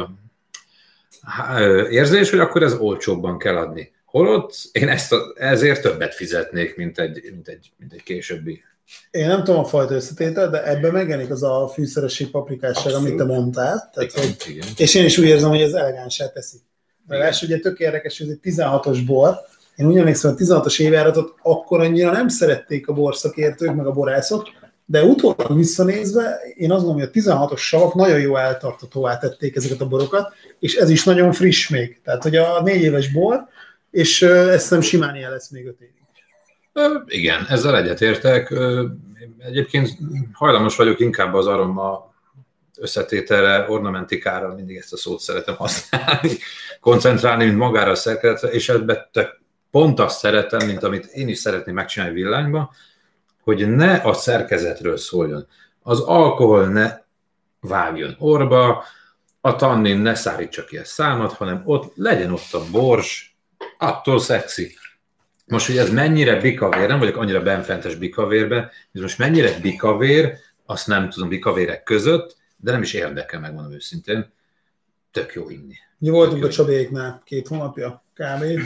[SPEAKER 3] érzés, hogy akkor ez olcsóbban kell adni. Holott én ezt a, ezért többet fizetnék, mint egy, mint egy, mint egy későbbi.
[SPEAKER 1] Én nem tudom a fajta összetétel, de ebben megjelenik az a fűszeresség, paprikásság, amit te mondtál. Tehát,
[SPEAKER 3] igen,
[SPEAKER 1] hogy,
[SPEAKER 3] igen.
[SPEAKER 1] És én is úgy érzem, hogy ez elegánsá teszi. De lesz, ugye tök érdekes, hogy ez egy tizenhatos bor. Én úgy emlékszem, hogy a tizenhatos évjáratot akkor annyira nem szerették a borszakértők, meg a borászok, de utólag visszanézve, én azt gondolom, hogy a tizenhatos savak nagyon jó eltartatóvá tették ezeket a borokat, és ez is nagyon friss még. Tehát, hogy a négy éves bor, és ezt nem simán ilyen lesz még öt évig.
[SPEAKER 3] Igen, ezzel egyetértek. Egyébként hajlamos vagyok inkább az aroma összetételre, ornamentikára, mindig ezt a szót szeretem használni, koncentrálni, mint magára a szerkezetre, és ebben pont azt szeretem, mint amit én is szeretném megcsinálni villányba, hogy ne a szerkezetről szóljon. Az alkohol ne vágjon orba, a tannin ne szárítsa ki a számat, hanem ott legyen ott a bors, attól szexi. Most, hogy ez mennyire bikavér, nem vagyok annyira benfentes bikavérben, és most mennyire bikavér, azt nem tudom bikavérek között, de nem is érdekel, megmondom őszintén. Tök jó inni.
[SPEAKER 1] Mi voltunk a Csabéknál két hónapja kb.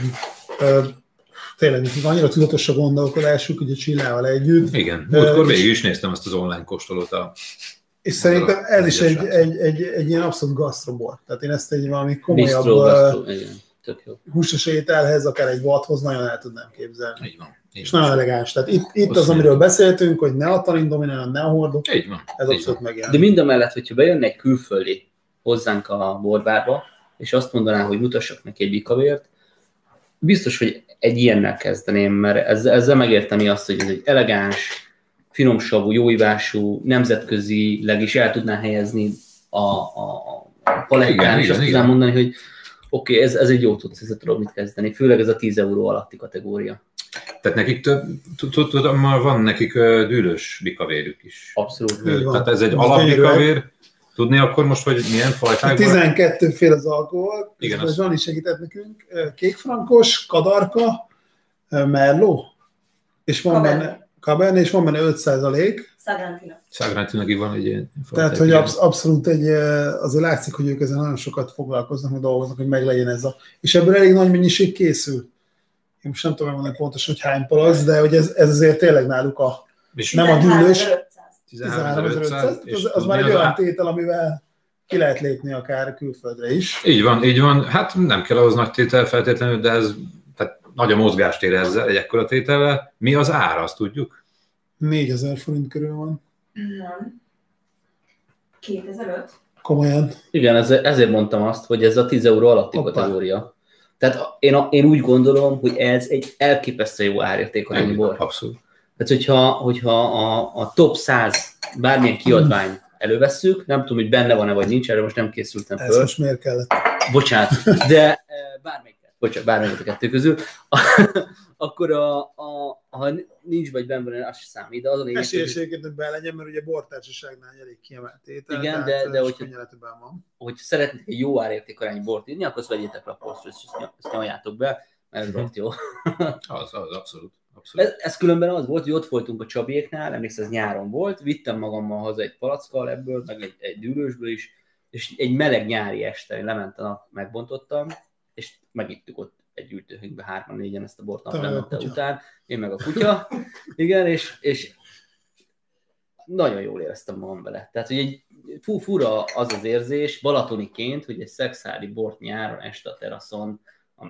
[SPEAKER 1] Tényleg nekik annyira tudatos a gondolkodásuk, ugye Csillával együtt.
[SPEAKER 3] Igen, múltkor végig is néztem azt az online kóstolót. A,
[SPEAKER 1] és szerintem ez is egy, egy, egy, egy ilyen abszolút gasztrobor. Tehát én ezt egy valami komolyabb húsos ételhez, akár egy vadhoz nagyon el tudnám képzelni.
[SPEAKER 3] Így van. Így
[SPEAKER 1] és
[SPEAKER 3] van.
[SPEAKER 1] nagyon elegáns. Tehát itt, itt az, amiről beszéltünk, hogy ne a tanin domináljon, ne a hordok.
[SPEAKER 3] Így van.
[SPEAKER 1] Ez abszolút megjelenik.
[SPEAKER 2] De mindamellett, hogyha bejönne egy külföldi hozzánk a borbárba, és azt mondaná, hogy mutassak neki egy bikavért, biztos, hogy egy ilyennel kezdeném, mert ezzel, ezzel megérteni azt, hogy ez egy elegáns, finomsavú, jóívású, nemzetközileg is el tudná helyezni a, a, a palettán, és azt tudnám mondani, hogy oké, okay, ez, ez egy jó tudsz, ezzel tudom mit kezdeni, főleg ez a tíz euró alatti kategória.
[SPEAKER 3] Tehát nekik több, tudom, van nekik dűlős bikavérük is.
[SPEAKER 2] Abszolút.
[SPEAKER 3] Tehát ez egy alapbikavér. Tudni akkor most, hogy milyen fajtákban?
[SPEAKER 1] tizenkettő fél az alkohol,
[SPEAKER 3] igen,
[SPEAKER 1] és Zsani segített nekünk, kékfrankos, kadarka, merló, és van
[SPEAKER 4] Cabernet.
[SPEAKER 1] benne Cabernet, és van benne öt százalék.
[SPEAKER 4] Sagrantina.
[SPEAKER 3] Sagrantinak van egy ilyen fajták.
[SPEAKER 1] Tehát, hogy absz- abszolút egy, azért látszik, hogy ők ezen nagyon sokat foglalkoznak, hogy dolgoznak, hogy meglegyen ez a... És ebből elég nagy mennyiség készül. Én most nem tudom megmondani pontosan, hogy hány palac, de hogy ez, ez azért tényleg náluk a... És nem a dűlős... tizenháromezer-ötszáz, az, az már egy olyan tétel, amivel ki lehet lépni akár külföldre is.
[SPEAKER 3] Így van, így van. Hát nem kell ahhoz nagy tétel feltétlenül, de ez tehát nagy a mozgástér ezzel, egy ekkora tétellel. Mi az ára, azt tudjuk?
[SPEAKER 1] négyezer forint körül van.
[SPEAKER 4] Nem. kétezer-öt.
[SPEAKER 1] Komolyan.
[SPEAKER 2] Igen, ezért mondtam azt, hogy ez a tíz euró alatti
[SPEAKER 1] Hoppá.
[SPEAKER 2] kategória. Tehát én, én úgy gondolom, hogy ez egy elképesztő jó árértékarányú bor.
[SPEAKER 3] Abszolút.
[SPEAKER 2] Tehát, hogyha, hogyha a, a top száz bármilyen kiadvány elővesszük, nem tudom, hogy benne van-e vagy nincs, erre most nem készültem
[SPEAKER 1] Ez
[SPEAKER 2] föl.
[SPEAKER 1] most miért kellett?
[SPEAKER 2] Bocsánat, de bármelyiket. bocsánat, bármelyik a kettő közül, akkor a, a, ha nincs vagy benne, az sem számít, de azon én...
[SPEAKER 1] Esélyességét, hogy be legyen, mert ugye bortársaságnál elég kiemelt étel,
[SPEAKER 2] igen,
[SPEAKER 1] tehát
[SPEAKER 2] de, de hogyha,
[SPEAKER 1] van.
[SPEAKER 2] hogyha szeretnék egy jó árértékarányú bort írni, akkor azt vegyétek le a polcról, és ezt nyomjátok be, mert ez bort jó.
[SPEAKER 3] az, az, abszolút. abszolút.
[SPEAKER 2] Ez, ez különben az volt, hogy ott voltunk a Csabiéknál, emlékszem, ez nyáron volt, vittem magammal haza egy palackkal ebből, meg egy, egy dűlősből is, és egy meleg nyári este én lementem, a nap, megbontottam, és megittük ott egy ültőhökbe hárman, négyen ezt a bort naplemente után, én meg a kutya, igen, és, és nagyon jól éreztem magam vele. Tehát, hogy egy fú, fura az az érzés, balatoniként, hogy egy szexádi bort nyáron este a teraszon a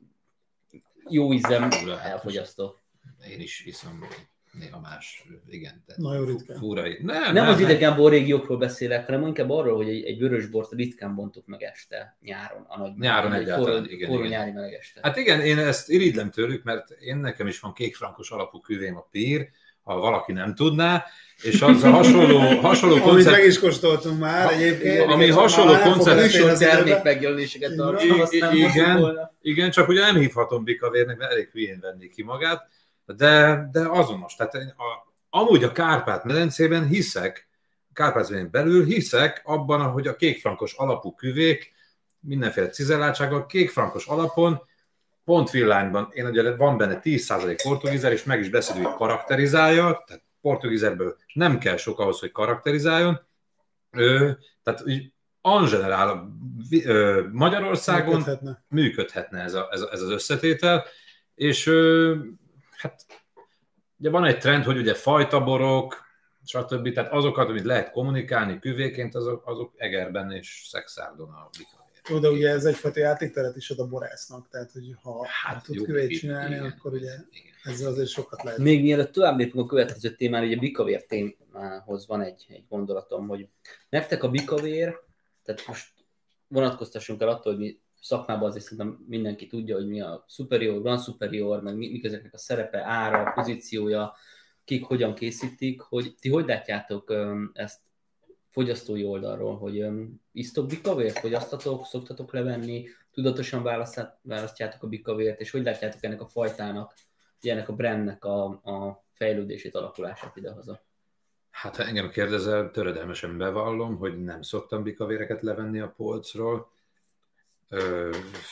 [SPEAKER 2] jó ízem elfogyasztó.
[SPEAKER 3] Én is iszom néha más, igen.
[SPEAKER 1] Nagyon ritkán.
[SPEAKER 3] Fura. Nem,
[SPEAKER 2] nem,
[SPEAKER 3] nem
[SPEAKER 2] az idegen borrégiókról beszélek, hanem inkább arról, hogy egy, egy vörös bort ritkán bontuk meg este, nyáron. A nagy,
[SPEAKER 3] nyáron
[SPEAKER 2] egy
[SPEAKER 3] egyáltalán,
[SPEAKER 2] forró,
[SPEAKER 3] igen.
[SPEAKER 2] Forró
[SPEAKER 3] igen.
[SPEAKER 2] nyári meleg este.
[SPEAKER 3] Hát igen, én ezt irigylem tőlük, mert én nekem is van kékfrankos alapú küvém a Pír, ha valaki nem tudná, és az a hasonló, hasonló koncept...
[SPEAKER 1] Amit meg is kóstoltunk már egyébként.
[SPEAKER 3] Ami hasonló koncept...
[SPEAKER 2] Műsor termék megjelenéseket tartom, azt nem
[SPEAKER 3] igen, igen, csak ugye nem hívhatom bikavérnek, mert elég hülyén venné ki magát, de, de azonos. Tehát a, amúgy a Kárpát-medencében hiszek, Kárpát-medencében belül hiszek abban, hogy a kékfrankos alapú küvék mindenféle cizelláltsággal, kékfrankos alapon, pont villányban, én ugye van benne tíz százalék portugízer, és meg is beszélő, hogy karakterizálja, tehát portugízerből nem kell sok ahhoz, hogy karakterizáljon. Ö, tehát úgy en general Magyarországon működhetne, működhetne ez, a, ez, a, ez az összetétel, és ö, hát ugye van egy trend, hogy ugye fajtaborok, stb. Tehát azokat, amit lehet kommunikálni küvéként, azok, azok Egerben és Szexárdon a bikavér.
[SPEAKER 1] Jó, de ugye ez egyfajta játékteret is ad a borásznak, tehát hogy ha
[SPEAKER 3] hát,
[SPEAKER 1] tud
[SPEAKER 3] jó,
[SPEAKER 1] küvét csinálni,
[SPEAKER 3] igen,
[SPEAKER 1] akkor ugye
[SPEAKER 3] igen.
[SPEAKER 1] ezzel azért sokat lehet.
[SPEAKER 2] Még mielőtt tovább lépünk a következő témára, ugye a bikavér témához van egy, egy gondolatom, hogy nektek a bikavér, tehát most vonatkoztassunk el attól, hogy mi szakmában azért szerintem mindenki tudja, hogy mi a superior, van superior, meg mik ezeknek a szerepe, ára, pozíciója, kik hogyan készítik, hogy ti hogy látjátok ezt fogyasztói oldalról, hogy isztok bikavért, fogyasztatok, szoktatok levenni, tudatosan választjátok a bikavért, és hogy látjátok ennek a fajtának, ennek a brandnek a, a fejlődését, alakulását idehaza?
[SPEAKER 3] Hát ha engem kérdezel, töredelmesen bevallom, hogy nem szoktam bikavéreket levenni a polcról. Ö,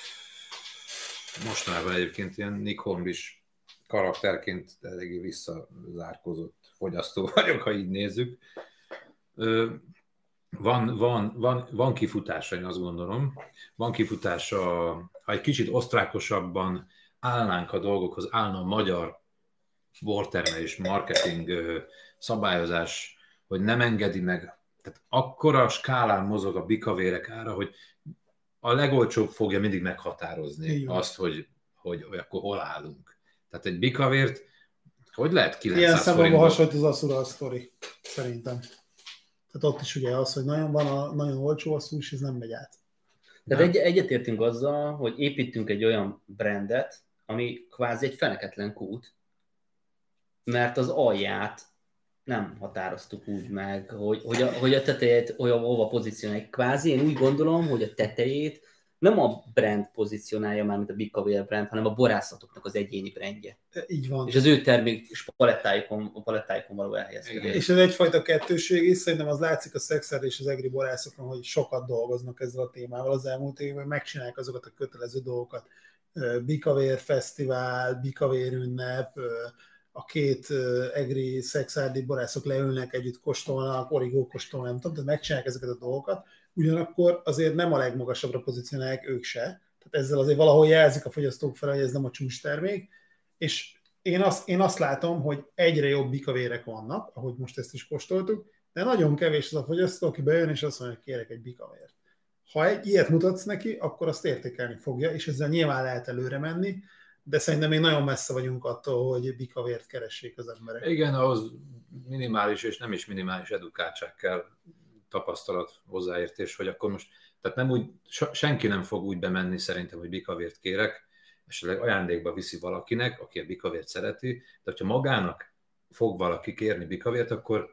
[SPEAKER 3] mostanában egyébként ilyen Nick Hornbys karakterként eléggé visszazárkózott fogyasztó vagyok, ha így nézzük. Ö, van, van, van, van kifutása, én azt gondolom. Van kifutása, ha egy kicsit osztrákosabban állnánk a dolgokhoz, állna a magyar bortermelés, marketing szabályozás, hogy nem engedi meg. Tehát akkora skálán mozog a bikavérek ára, hogy a legolcsóbb fogja mindig meghatározni Igen. azt, hogy, hogy, hogy akkor hol állunk. Tehát egy bikavért, hogy lehet kilencszáz forintban?
[SPEAKER 1] Ilyen szemben hasonlít az Asszura a sztori, szerintem. Tehát ott is ugye az, hogy nagyon van, a, nagyon olcsó a szús, ez nem megy át.
[SPEAKER 2] Tehát egy, egyetértünk azzal, hogy építünk egy olyan brandet, ami kvázi egy feneketlen kút, mert az alját nem határoztuk úgy meg, hogy, hogy, a, hogy a tetejét olyan hova pozícionáljuk. Kvázi én úgy gondolom, hogy a tetejét nem a brand pozícionálja már, mint a bikavér brand, hanem a borászatoknak az egyéni brandje.
[SPEAKER 1] Így van.
[SPEAKER 2] És az ő termék és palettájukon, a palettájukon való elhelyezkedés.
[SPEAKER 1] És ez egyfajta kettősség is, szerintem az látszik a Szexárd és az egri borászokon, hogy sokat dolgoznak ezzel a témával az elmúlt évben, megcsinálják azokat a kötelező dolgokat. Bikavér fesztivál, bikavér ünnep, a két egri szexárdi borászok leülnek együtt, kóstolnak, origó kóstolnak, nem tudom, de megcsinálják ezeket a dolgokat, ugyanakkor azért nem a legmagasabbra pozícionálják ők se, tehát ezzel azért valahol jelzik a fogyasztók fel, hogy ez nem a csúcs termék, és én azt, én azt látom, hogy egyre jobb bikavérek vannak, ahogy most ezt is kóstoltuk, de nagyon kevés az a fogyasztó, aki bejön és azt mondja, hogy kérek egy bikavért. Ha egy ilyet mutatsz neki, akkor azt értékelni fogja, és ezzel nyilván lehet előre menni, de szerintem még nagyon messze vagyunk attól, hogy bikavért keressék az emberek.
[SPEAKER 3] Igen, ahhoz minimális és nem is minimális edukáltság kell, tapasztalat, hozzáértés, hogy akkor most, tehát nem úgy, senki nem fog úgy bemenni szerintem, hogy bikavért kérek, esetleg ajándékba viszi valakinek, aki a bikavért szereti, de hogyha magának fog valaki kérni bikavért, akkor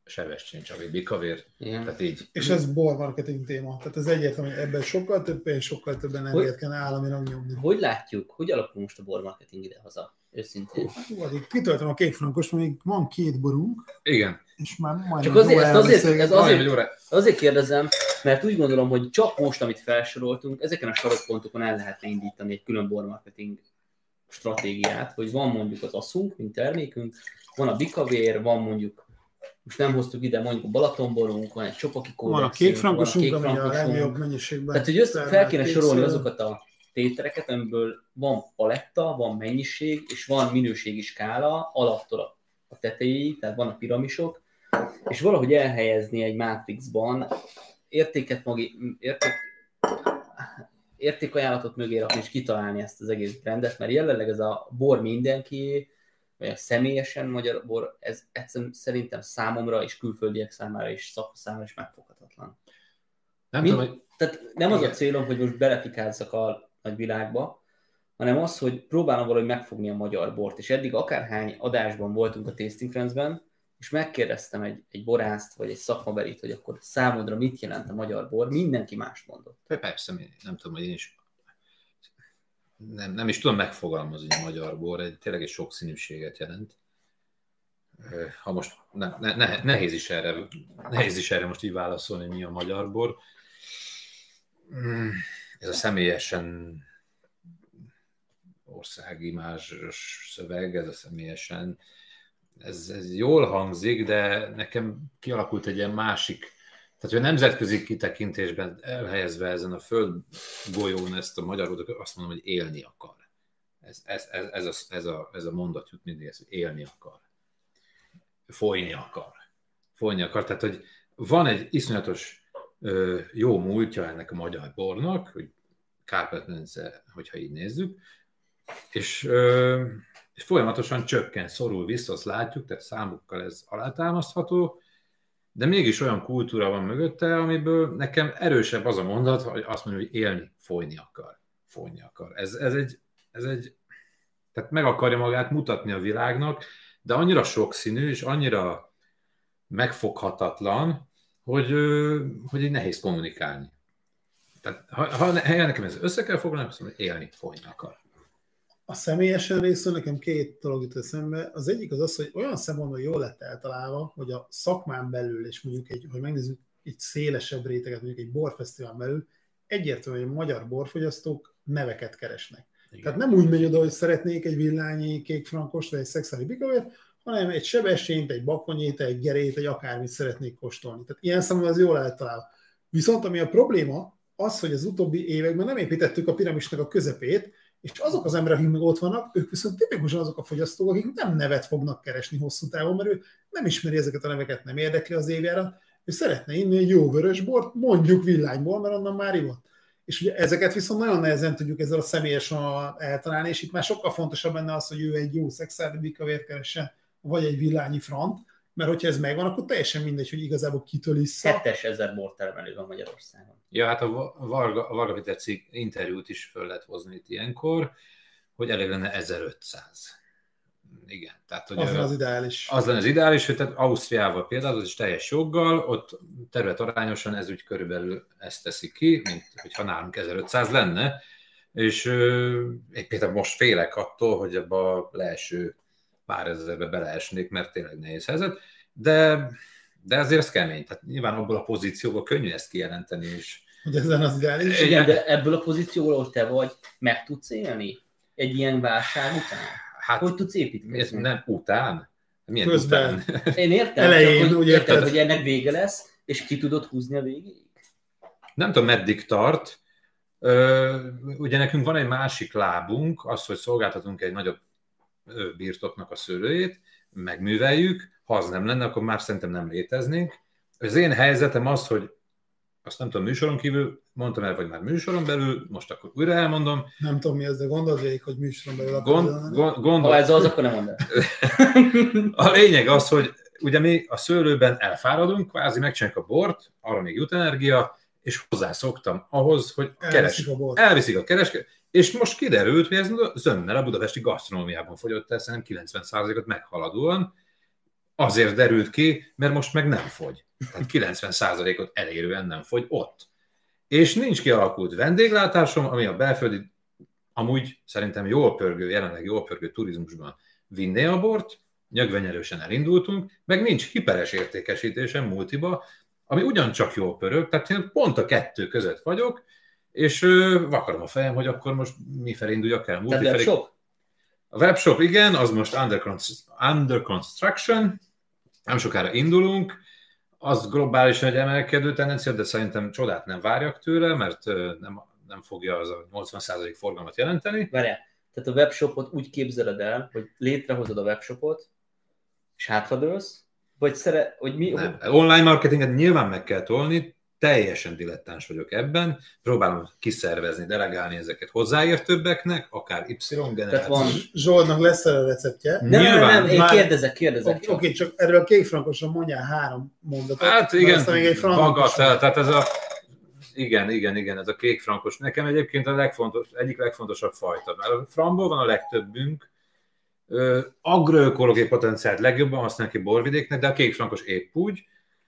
[SPEAKER 3] Sebestyén Csabi, Bikavér, tehát így.
[SPEAKER 1] És ez bormarketing téma. Tehát ez egyértelmű, hogy ebben sokkal több pénz, sokkal többen nem kell államilag nyomni.
[SPEAKER 2] Hogy látjuk, hogy alakul most a bormarketing idehaza? Őszintén.
[SPEAKER 1] Hú, addig kitöltöm a kékfrankos, még van két borunk.
[SPEAKER 3] Igen.
[SPEAKER 1] És már majd
[SPEAKER 2] csak azért, ezt azért, ez azért,
[SPEAKER 3] azért,
[SPEAKER 2] azért kérdezem, mert úgy gondolom, hogy csak most, amit felsoroltunk, ezeken a sarokpontokon el lehetne indítani egy külön bormarketing stratégiát, hogy van mondjuk az asszunk, mint termékünk, van a Bikavér, van mondjuk, most nem hoztuk ide mondjuk a Balatonborunk, van egy Csopaki kódexünk,
[SPEAKER 1] van a kékfrankosunk, ami a legjobb mennyiségben.
[SPEAKER 2] Tehát, hogy össze, fel kéne sorolni azokat a tételeket, amiből van paletta, van mennyiség, és van minőségi skála alaptól a tetejéig, tehát van a piramisok, és valahogy elhelyezni egy mátrixban értéket magé, érték, értékajánlatot mögé rakni, és kitalálni ezt az egész brandet, mert jelenleg ez a bor mindenkié, vagy a személyesen magyar bor, ez egyszerűen szerintem számomra és külföldiek számára és szakma számára is megfoghatatlan.
[SPEAKER 3] Nem
[SPEAKER 2] Mi?
[SPEAKER 3] tudom, hogy...
[SPEAKER 2] Tehát nem az a célom, hogy most belefikázzak a nagy világba, hanem az, hogy próbálom valahogy megfogni a magyar bort. És eddig akárhány adásban voltunk a Tasting Friends-ben, és megkérdeztem egy, egy borászt, vagy egy szakmabelit, hogy akkor számodra mit jelent a magyar bor, mindenki mást mondott.
[SPEAKER 3] Persze, nem tudom, hogy én is nem, nem is tudom megfogalmazni a magyar bor, egy, tényleg egy sokszínűséget jelent. Ha most ne, ne, nehéz, is erre, nehéz is erre most így válaszolni, mi a magyar bor. Ez a személyesen országimázsos szöveg, ez a személyesen, ez, ez jól hangzik, de nekem kialakult egy ilyen másik, tehát hogy a nemzetközi kitekintésben elhelyezve ezen a földgolyón ezt a magyarul, azt mondom, hogy élni akar. Ez, ez, ez, ez, a, ez, a, ez a mondat jut mindig, ez, hogy élni akar. Folyni akar. Folyni akar. Tehát, hogy van egy iszonyatos ö, jó múltja ennek a magyar bornak, hogy Kárpát-medence, hogyha így nézzük, és, ö, és folyamatosan csökken, szorul vissza, azt látjuk, tehát számokkal ez alátámasztható, de mégis olyan kultúra van mögötte, amiből nekem erősebb az a mondat, hogy azt mondja, hogy élni, folyni akar. Folyni akar. Ez, ez, egy, ez egy, tehát meg akarja magát mutatni a világnak, de annyira sokszínű, és annyira megfoghatatlan, hogy, hogy így nehéz kommunikálni. Tehát ha, ha nekem ez össze kell foglalni, azt mondom, hogy élni, folyni akar.
[SPEAKER 1] A személyesen részről nekem két dolog jut eszembe. Az egyik az az, hogy olyan szempontból jól lett eltalálva, hogy a szakmán belül, és mondjuk egy, hogy megnézzük egy szélesebb réteget, mondjuk egy borfesztivál belül, egyértelműen, hogy a magyar borfogyasztók neveket keresnek. Igen. Tehát nem úgy megy oda, hogy szeretnék egy villányi kékfrankost, vagy egy szexári bikavért, hanem egy sebestyenyt, egy bakonyét, egy gerét, egy akármit szeretnék kóstolni. Tehát ilyen szempontból az jól eltalálva. Viszont ami a probléma, az, hogy az utóbbi években nem építettük a piramisnak a közepét, és azok az emberek, akik meg ott vannak, ők viszont tipikusan azok a fogyasztók, akik nem nevet fognak keresni hosszú távon, mert ő nem ismeri ezeket a neveket, nem érdekli az évjárat, ő szeretne inni egy jó vörösbort, mondjuk villányból, mert onnan már ivott. És ugye ezeket viszont nagyon nehezen tudjuk ezzel a személyesen eltalálni, és itt már sokkal fontosabb benne az, hogy ő egy jó szexári bikavért keressen, vagy egy villányi frant, mert hogyha ez megvan, akkor teljesen mindegy, hogy igazából kitől iszza.
[SPEAKER 2] hettezer bortermelő van Magyarországon.
[SPEAKER 3] Ja, hát a Varga, a Varga Péter cikk interjút is föl lehet hozni itt ilyenkor, hogy elég lenne ezerötszáz. Igen. Tehát, hogy
[SPEAKER 1] az lenne az ideális.
[SPEAKER 3] Az lenne az ideális, hogy tehát Ausztriával például, az is teljes joggal, ott területarányosan ez úgy körülbelül ezt teszi ki, mint hogyha nálunk ezerötszáz lenne, és én például most félek attól, hogy ebbe a leeső pár ezerbe beleesnék, mert tényleg nehéz helyzet, de, de azért ez kemény. Tehát nyilván abból a pozícióból könnyű ezt kijelenteni is.
[SPEAKER 1] Hogy ezen az ideális.
[SPEAKER 2] Igen, de ebből a pozícióból, ahol te vagy, meg tudsz élni egy ilyen válság után? Hát, hogy tudsz építkezni?
[SPEAKER 3] Nem után? Milyen
[SPEAKER 1] közben.
[SPEAKER 3] Után?
[SPEAKER 2] Én értem,
[SPEAKER 1] elején,
[SPEAKER 2] csak, hogy,
[SPEAKER 1] úgy
[SPEAKER 2] érted,
[SPEAKER 1] érted,
[SPEAKER 2] hogy ennek vége lesz, és ki tudod húzni a végéig?
[SPEAKER 3] Nem tudom, meddig tart. Ö, ugye nekünk van egy másik lábunk, az, hogy szolgáltatunk egy nagyobb birtoknak a szőlőjét, megműveljük, ha az nem lenne, akkor már szerintem nem léteznénk. Az én helyzetem az, hogy azt nem tudom, műsoron kívül, mondtam el, vagy már műsoron belül, most akkor újra elmondom.
[SPEAKER 1] Nem tudom mi ez, de gondold végig, hogy műsoron belül.
[SPEAKER 3] Gond, gond, gondol...
[SPEAKER 2] Ha ez az, akkor nem mondd el.
[SPEAKER 3] A lényeg az, hogy ugye mi a szőlőben elfáradunk, kvázi megcsináljuk a bort, arra még jut energia, és hozzászoktam ahhoz, hogy keres...
[SPEAKER 1] Elviszik a bort.
[SPEAKER 3] Elviszik a kereskedő. És most kiderült, hogy ez zömmel a budapesti gasztronómiában fogyott el, szerintem kilencven százalékot meghaladóan. azért derült ki, mert most meg nem fogy. Tehát kilencven százalékot elérően nem fogy ott. És nincs kialakult vendéglátásom, ami a belföldi, amúgy szerintem jól pörgő, jelenleg jól pörgő turizmusban vinné a bort, nyögvenyelősen elindultunk, meg nincs hiperes értékesítésem multiba, ami ugyancsak jól pörög, tehát én pont a kettő között vagyok, és ö, vakarom a fejem, hogy akkor most mifelé induljak el.
[SPEAKER 2] Tehát webshop?
[SPEAKER 3] A webshop, igen, az most under, under construction, nem sokára indulunk, az globálisan egy emelkedő tendencia, de szerintem csodát nem várjak tőle, mert nem, nem fogja az a nyolcvan százalék forgalmat jelenteni.
[SPEAKER 2] Várjál, tehát a webshopot úgy képzeled el, hogy létrehozod a webshopot, és hátradőlsz, vagy szere, hogy mi...
[SPEAKER 3] Nem. Online marketinget nyilván meg kell tolni, teljesen dilettáns vagyok ebben, próbálom kiszervezni, delegálni ezeket hozzáértőbbeknek, akár Y-generáció.
[SPEAKER 2] Van...
[SPEAKER 1] Zsoltnak lesz a receptje.
[SPEAKER 2] Nem, nem, nem, én
[SPEAKER 1] Már...
[SPEAKER 2] kérdezek, kérdezek.
[SPEAKER 1] Oké, okay, csak erről a kékfrankosan mondjál három mondatot.
[SPEAKER 3] Hát igen,
[SPEAKER 1] bagatel,
[SPEAKER 3] tehát ez a... Igen, igen, igen, ez a kékfrankos. Nekem egyébként a legfontos, egyik legfontosabb fajta. Mert a framból van a legtöbbünk, agroökológiai potenciált legjobban használni ki borvidéknek, de a kékfrankos épp úgy,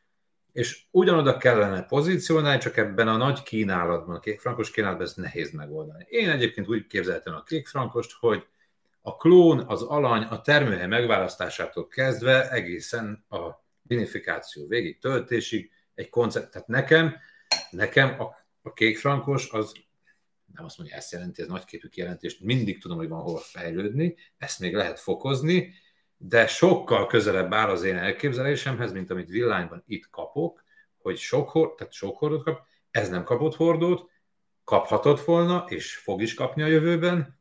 [SPEAKER 3] és ugyanoda kellene pozícionálni, csak ebben a nagy kínálatban, a kékfrankos kínálatban ezt nehéz megoldani. Én egyébként úgy képzeltem a kékfrankost, hogy a klón, az alany, a termőhely megválasztásától kezdve egészen a vinifikáció végig, töltésig egy koncept. Tehát nekem, nekem a, a kékfrankos az nem azt mondja, ezt jelenti, ez nagyképű kijelentést, mindig tudom, hogy van hol fejlődni, ezt még lehet fokozni, de sokkal közelebb áll az én elképzelésemhez, mint amit Villányban itt kapok, hogy sok, tehát sok hordót kap, ez nem kapott hordót, kaphatott volna, és fog is kapni a jövőben,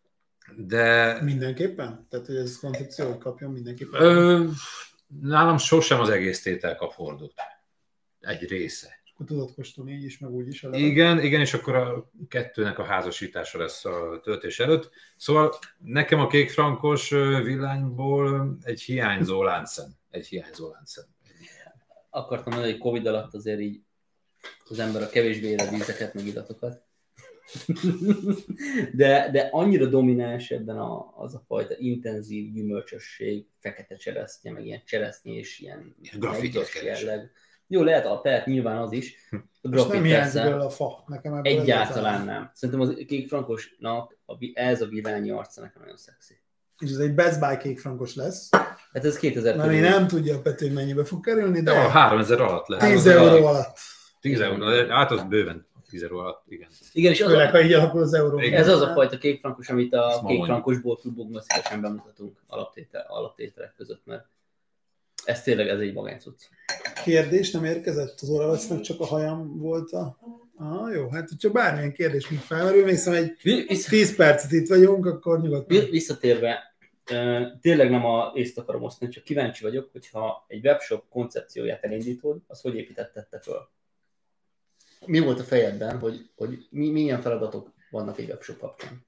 [SPEAKER 3] de...
[SPEAKER 1] Mindenképpen? Tehát, hogy ez koncepció, hogy kapjon mindenképpen?
[SPEAKER 3] Ö, nálam sosem az egész tétel kap hordót. Egy része.
[SPEAKER 1] Tudod kóstolni így is, meg úgy is.
[SPEAKER 3] Eleve. Igen, igen, és akkor a kettőnek a házasítása lesz a töltés előtt. Szóval nekem a kékfrankos villányból egy hiányzó láncszem. Egy hiányzó láncszem.
[SPEAKER 2] Akartam mondani, hogy Covid alatt azért így az ember a kevésbé éred ízeket, meg illatokat. de, de annyira domináns ebben a, az a fajta intenzív gyümölcsösség, fekete cseresznye, meg ilyen cseresznye és ilyen
[SPEAKER 3] grafitos jelleg.
[SPEAKER 2] Jó, lehet a perc, nyilván az is. A
[SPEAKER 1] most nem hiányzik belőle a fa. Nekem ebből
[SPEAKER 2] egyáltalán nem. Szerintem az kékfrankosnak ez a villányi arca nekem nagyon szexi.
[SPEAKER 1] És ez egy Best Buy kékfrankos lesz.
[SPEAKER 2] Hát ez kétezer
[SPEAKER 1] Na, én nem tudja a Pető, hogy mennyibe fog kerülni, de...
[SPEAKER 3] Jó, háromezer alatt lesz.
[SPEAKER 1] tíz euró alatt.
[SPEAKER 3] tíz euró, hát az bőven tíz euró alatt, igen.
[SPEAKER 2] Igen, és az
[SPEAKER 1] Főleg,
[SPEAKER 2] a...
[SPEAKER 1] ha így alakul az euró.
[SPEAKER 2] Ez az a fajta kékfrankos, amit a kékfrankosból klubokban szívesen bemutatunk alaptétel, alaptételek között, mert ez tényleg ez egy magánycucc.
[SPEAKER 1] Kérdés nem érkezett? Az Oravecnek csak a hajam volt a... Ah, jó, hát csak bármilyen kérdés még felmerül, még szóval egy Vissza... tíz percet itt vagyunk, akkor nyugodtan.
[SPEAKER 2] Visszatérve, tényleg nem a észt akarom osztani, csak kíváncsi vagyok, hogyha egy webshop koncepcióját elindítod, az hogy építettette föl? Mi volt a fejedben, hogy, hogy milyen feladatok vannak egy webshop kapcsán?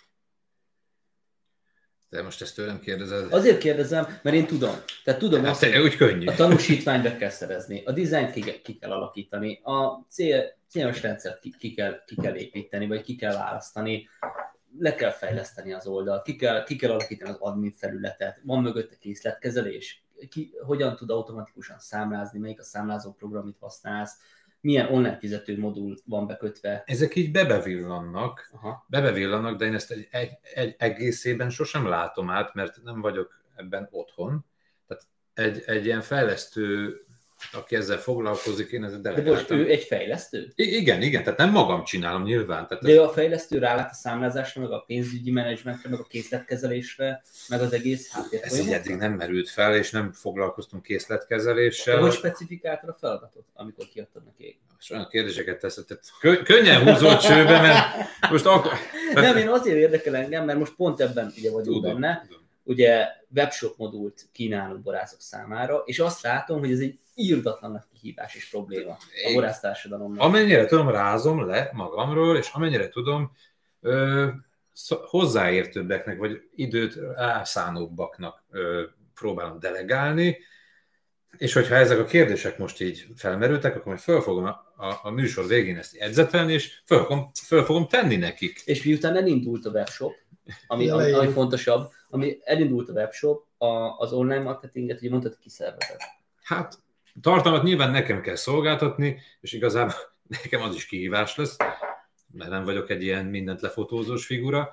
[SPEAKER 3] De most ezt tőlem kérdezed?
[SPEAKER 2] Azért kérdezem, mert én tudom. Tehát tudom
[SPEAKER 3] hát
[SPEAKER 2] azt, hogy
[SPEAKER 3] úgy könnyű.
[SPEAKER 2] A tanúsítványt be kell szerezni, a dizájnt ki, ki kell alakítani, a célos rendszert ki, ki, kell, ki kell építeni, vagy ki kell választani, le kell fejleszteni az oldalt, ki kell, ki kell alakítani az admin felületet, van mögötte készletkezelés, ki, hogyan tud automatikusan számlázni, melyik a számlázó program, amit használsz, milyen online fizető modul van bekötve.
[SPEAKER 3] Ezek így bebevillannak,
[SPEAKER 2] Aha.
[SPEAKER 3] bebevillannak, de én ezt egy, egy, egy egészében sosem látom át, mert nem vagyok ebben otthon. Tehát egy, egy ilyen fejlesztő, aki ezzel foglalkozik, én ezzel delegáltam.
[SPEAKER 2] De most ő egy fejlesztő?
[SPEAKER 3] I- igen, igen, tehát nem magam csinálom nyilván. Tehát
[SPEAKER 2] de ez... a fejlesztő rálát a számlázásra, meg a pénzügyi menedzsmentre, meg a készletkezelésre, meg az egész háttérfolyamat.
[SPEAKER 3] Ez így eddig nem merült fel, és nem foglalkoztunk készletkezeléssel.
[SPEAKER 2] De hogy specifikáltad a feladatot, amikor kiadtad neki?
[SPEAKER 3] És olyan kérdéseket teszed, tehát kö- könnyen húzott csőbe, mert most akkor...
[SPEAKER 2] Nem, én azért érdekel engem, mert most pont ebben ugye vagyunk tudom, benne. Tudom. Ugye webshop modult kínálunk borászok számára, és azt látom, hogy ez egy írdatlan nagy kihívás és probléma a borásztársadalomnak.
[SPEAKER 3] Amennyire tudom, rázom le magamról, és amennyire tudom, ö, hozzáértőbbeknek, vagy időt elszánóbbaknak ö, próbálom delegálni, és hogyha ezek a kérdések most így felmerültek, akkor majd föl fogom a, a, a műsor végén ezt jegyzetelni, és föl fogom, föl fogom tenni nekik.
[SPEAKER 2] És miután elindult a webshop, ami, ami, ami fontosabb, ami elindult a webshop, a, az online marketinget, ugye mondtad, kiszervezett.
[SPEAKER 3] Hát tartalmat nyilván nekem kell szolgáltatni, és igazából nekem az is kihívás lesz, mert nem vagyok egy ilyen mindent lefotózós figura,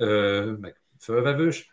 [SPEAKER 3] meg fölvevős,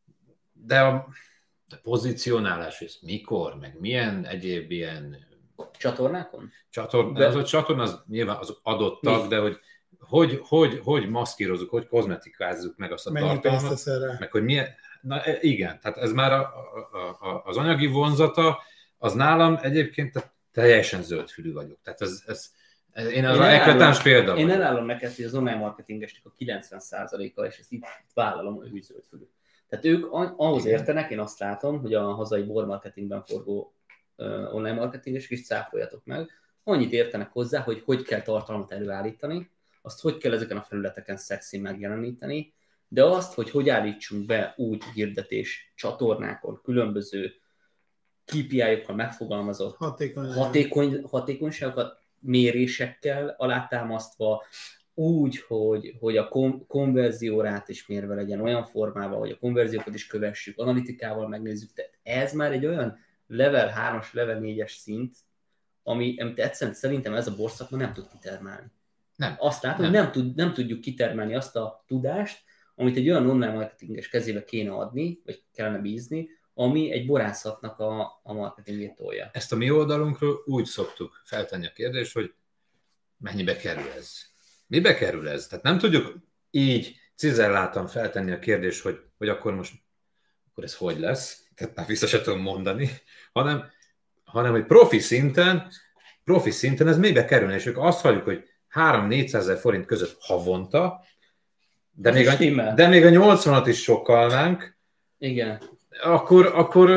[SPEAKER 3] de a de pozícionálás, ez mikor, meg milyen egyéb ilyen...
[SPEAKER 2] Csatornákon?
[SPEAKER 3] Csatorn, de... Az a csatorna az nyilván azok adottak, Mi? de hogy hogy, hogy hogy maszkírozzuk, hogy kozmetikázzuk meg azt a
[SPEAKER 1] Mennyi
[SPEAKER 3] tartalmat, meg hogy milyen... Na igen, tehát ez már a, a, a, az anyagi vonzata, az nálam egyébként teljesen zöldfülű vagyok. Tehát ez, ez én az eklatáns példa
[SPEAKER 2] Én elállom neked, hogy az online marketingesnek a kilencven százaléka, és ezt itt vállalom, hogy ő zöldfülű. Tehát ők ahhoz értenek, én azt látom, hogy a hazai bormarketingben forgó uh, online marketingesek is cáfoljatok meg, annyit értenek hozzá, hogy hogy kell tartalmat előállítani, azt hogy kell ezeken a felületeken szexi megjeleníteni, de azt, hogy hogy állítsunk be úgy hirdetés csatornákon, különböző ká pé í-okkal megfogalmazott
[SPEAKER 1] Hatékony,
[SPEAKER 2] hatékony, hatékonyságokat mérésekkel alátámasztva, úgy, hogy, hogy a kon- konverziórát is mérve legyen olyan formában, hogy a konverziókat is kövessük, analitikával megnézzük. Tehát ez már egy olyan level hármas, level négyes szint, ami, amit egyszerűen szerintem ez a borszakma nem tud kitermelni.
[SPEAKER 3] Nem.
[SPEAKER 2] Azt látom, nem. hogy nem, tud, nem tudjuk kitermelni azt a tudást, amit egy olyan online marketinges kezébe kéne adni, vagy kellene bízni, ami egy borászatnak a, a marketingét tolja.
[SPEAKER 3] Ezt a mi oldalunkról úgy szoktuk feltenni a kérdést, hogy mennyibe kerül ez? Mibe kerül ez? Tehát nem tudjuk így cizelláltan feltenni a kérdést, hogy, hogy akkor most akkor ez hogy lesz, tehát már vissza se tudom mondani, hanem, hanem hogy profi szinten, profi szinten ez mibe kerülne, és ők azt halljuk, hogy három-négyszázezer forint között havonta, de még, a, de még a nyolcvanat is sokalnánk,
[SPEAKER 2] igen.
[SPEAKER 3] Akkor, akkor,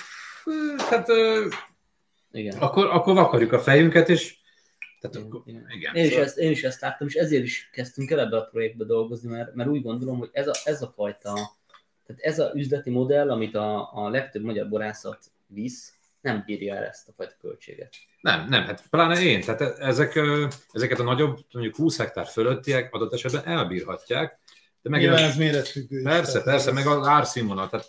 [SPEAKER 3] hát, igen. Akkor, akkor vakarjuk a fejünket, és tehát,
[SPEAKER 2] igen. Igen. Én, is ezt, én is ezt láttam, és ezért is kezdtünk el ebbe a projektbe dolgozni, mert, mert úgy gondolom, hogy ez a, ez a fajta, tehát ez az üzleti modell, amit a, a legtöbb magyar borászat visz, nem bírja el ezt a fajta költséget.
[SPEAKER 3] Nem, nem, hát pláne én, tehát ezek, ezeket a nagyobb, mondjuk húsz hektár fölöttiek adott esetben elbírhatják, de meg
[SPEAKER 1] nyilván ez méretfüggő.
[SPEAKER 3] Persze, persze, meg az árszínvonal, tehát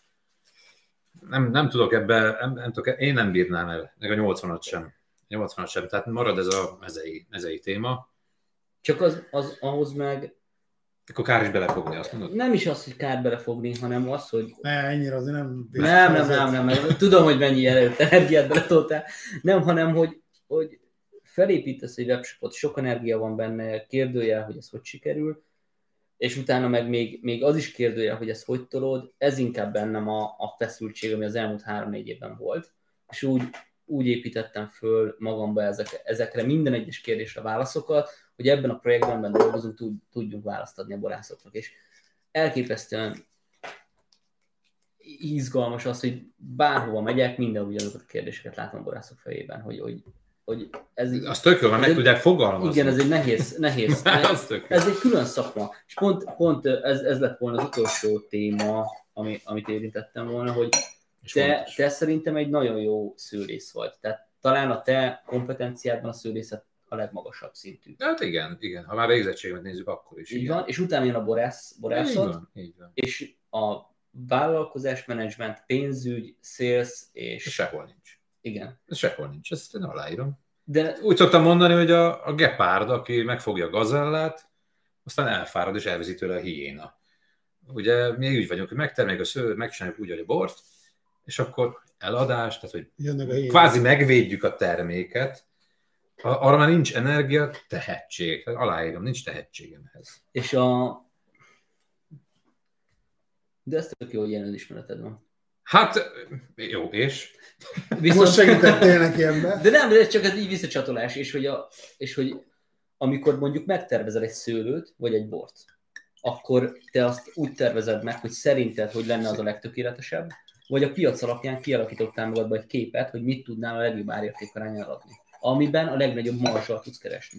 [SPEAKER 3] nem, nem tudok ebbe, nem, nem tudok, én nem bírnám el, meg a nyolcvanat sem. nyolcvanat sem, tehát marad ez a mezei, mezei téma.
[SPEAKER 2] Csak az, az ahhoz meg...
[SPEAKER 3] Akkor kár is belefogni, azt mondod?
[SPEAKER 2] Nem is az, hogy kár belefogni, hanem az, hogy...
[SPEAKER 1] Ne, ennyire azért nem...
[SPEAKER 2] Nem, nem, nem, nem, nem, tudom, hogy mennyi erőt, energiát beletoltál. Nem, hanem, hogy, hogy felépítesz egy webshopot, sok energia van benne, kérdőjel, hogy ez hogy sikerül, és utána meg még, még az is kérdőjel, hogy ezt hogy tolod, ez inkább bennem a, a feszültség, ami az elmúlt három-négy évben volt, és úgy, úgy építettem föl magamba ezek, ezekre minden egyes kérdésre válaszokat, hogy ebben a projektben dolgozunk, tud, tudjunk választ adni a borászoknak. És elképesztően izgalmas az, hogy bárhova megyek, minden ugyanazokat a kérdéseket látom a borászok fejében, hogy, hogy, hogy ez...
[SPEAKER 3] Az tök jó, mert meg tudják fogalmazni.
[SPEAKER 2] Igen, ez egy nehéz, nehéz. Ez egy külön szakma. És pont, pont ez, ez lett volna az utolsó téma, ami, amit érintettem volna, hogy te, te szerintem egy nagyon jó szőlész vagy. Tehát talán a te kompetenciádban a szőlészet a legmagasabb szintű.
[SPEAKER 3] Hát igen, igen. Ha már végzettségemet nézzük, akkor is.
[SPEAKER 2] Így
[SPEAKER 3] igen.
[SPEAKER 2] van, és utána jön a borász, borászat,
[SPEAKER 3] így van, így van.
[SPEAKER 2] És a vállalkozásmenedzsment, pénzügy, sales és...
[SPEAKER 3] Sehol nincs.
[SPEAKER 2] Igen.
[SPEAKER 3] Ez sehol nincs, ezt én aláírom.
[SPEAKER 2] De...
[SPEAKER 3] Úgy szoktam mondani, hogy a, a gepárd, aki megfogja a gazellát, aztán elfárad és elviszi tőle a hiéna. Ugye mi úgy vagyunk, hogy megtermeljük a szőlőt, megcsináljuk úgy, hogy a bort, és akkor eladás, tehát hogy kvázi megvédjük a terméket, arra már nincs energia, tehetség. Aláírom, nincs tehetségem ehhez.
[SPEAKER 2] És a... De ez tök jó, hogy ilyen önismereted van.
[SPEAKER 3] Hát, jó, és?
[SPEAKER 1] Viszont... Most segítettél neki ebben.
[SPEAKER 2] De nem, de ez csak ez így visszacsatolás, és hogy, a, és hogy amikor mondjuk megtervezel egy szőlőt, vagy egy bort, akkor te azt úgy tervezed meg, hogy szerinted, hogy lenne az a legtökéletesebb, vagy a piac alapján kialakítottál magadba egy képet, hogy mit tudnál a legjobb árértékaránnyal adni, amiben a legnagyobb marzsal tudsz keresni.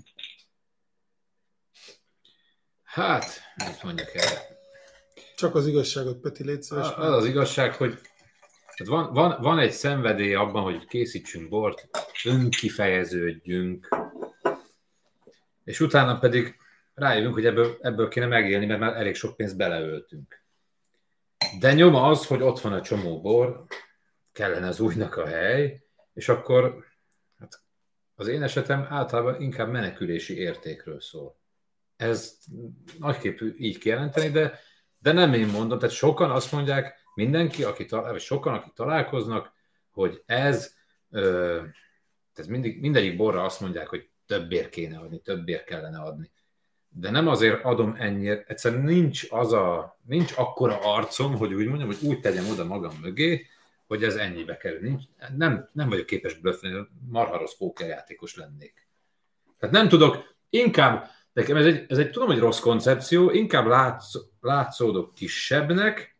[SPEAKER 3] Hát, mit mondjuk erre?
[SPEAKER 1] Csak az igazságot, Peti, légy szíves.
[SPEAKER 3] Az az igazság, hogy van, van, van egy szenvedély abban, hogy készítsünk bort, önkifejeződjünk, és utána pedig rájövünk, hogy ebből, ebből kéne megélni, mert már elég sok pénzt beleöltünk. De nyoma az, hogy ott van egy csomó bor, kellene az újnak a hely, és akkor hát az én esetem általában inkább menekülési értékről szól. Ez nagyképű így kijelenteni, de, de nem én mondom, tehát sokan azt mondják, mindenki, aki talál, sokan, akik találkoznak, hogy ez, ö, ez mindig, mindegyik borra azt mondják, hogy többért kéne adni, többért kellene adni. De nem azért adom ennyire, egyszerűen nincs az a, nincs akkora arcom, hogy úgy mondjam, hogy úgy tegyem oda magam mögé, hogy ez ennyibe kerül. Nincs, nem, nem vagyok képes blöffölni, marha rossz pókerjátékos lennék. Tehát nem tudok, inkább, nekem ez egy, ez egy tudom, hogy rossz koncepció, inkább látsz, látszódok kisebbnek,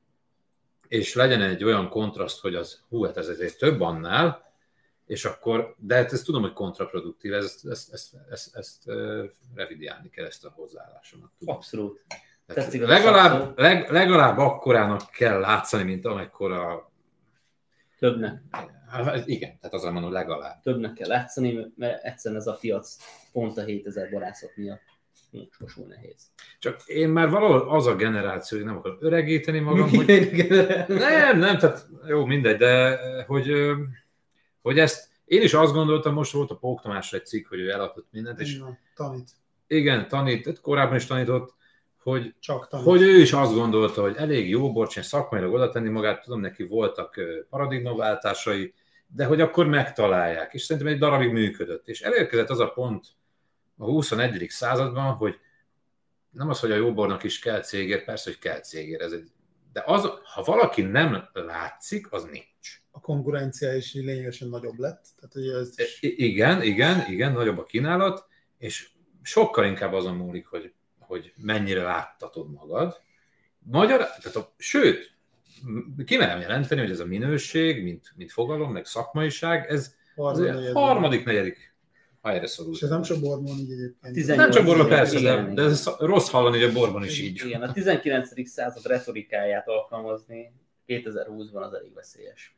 [SPEAKER 3] és legyen egy olyan kontraszt, hogy az, hú, hát ez ezért több annál, és akkor, de hát ezt tudom, hogy kontraproduktív, ezt, ezt, ezt, ezt, ezt uh, revidiálni kell, ezt a hozzáállásomat. Tudom.
[SPEAKER 2] Abszolút.
[SPEAKER 3] Legalább, leg, legalább akkorának kell látszani, mint amekkora...
[SPEAKER 2] Többnek.
[SPEAKER 3] Hát, igen, tehát azon mondom, legalább.
[SPEAKER 2] Többnek kell látszani, mert egyszerűen ez a piac pont a hétezer borászat miatt most nehéz.
[SPEAKER 3] Csak én már valahol az a generáció, hogy nem akarom öregíteni magam, hogy... nem, nem, tehát jó, mindegy, de hogy... hogy ezt, én is azt gondoltam, most volt a Pók Tamásra egy cikk, hogy ő eladott mindent, és
[SPEAKER 1] Na, tanít.
[SPEAKER 3] Igen, tanít, korábban is tanított, hogy,
[SPEAKER 1] Csak tanít.
[SPEAKER 3] hogy ő is azt gondolta, hogy elég jó borcsen szakmailag oda tenni magát, tudom, neki voltak paradigmaváltásai, de hogy akkor megtalálják, és szerintem egy darabig működött. És elérkezett az a pont a huszonegyedik században, hogy nem az, hogy a jó bornak is kell cégér, persze, hogy kell cégér, ez egy, de az, ha valaki nem látszik, az nincs.
[SPEAKER 1] A konkurencia is lényegesen nagyobb lett. Tehát, ugye ez is...
[SPEAKER 3] Igen, igen, igen, nagyobb a kínálat, és sokkal inkább azon múlik, hogy, hogy mennyire láttatod magad. Magyar, tehát a, sőt, kimerem jelenteni, hogy ez a minőség, mint, mint fogalom, meg szakmaiság, ez harmadik, harmadik negyedik helyre szorul.
[SPEAKER 1] És ez nem csak borban így egyébként.
[SPEAKER 3] Nem csak borban persze, de, de ez rossz hallani, hogy a borban is így.
[SPEAKER 2] Igen, a tizenkilencedik század retorikáját alkalmazni kétezer-húszban az elég veszélyes.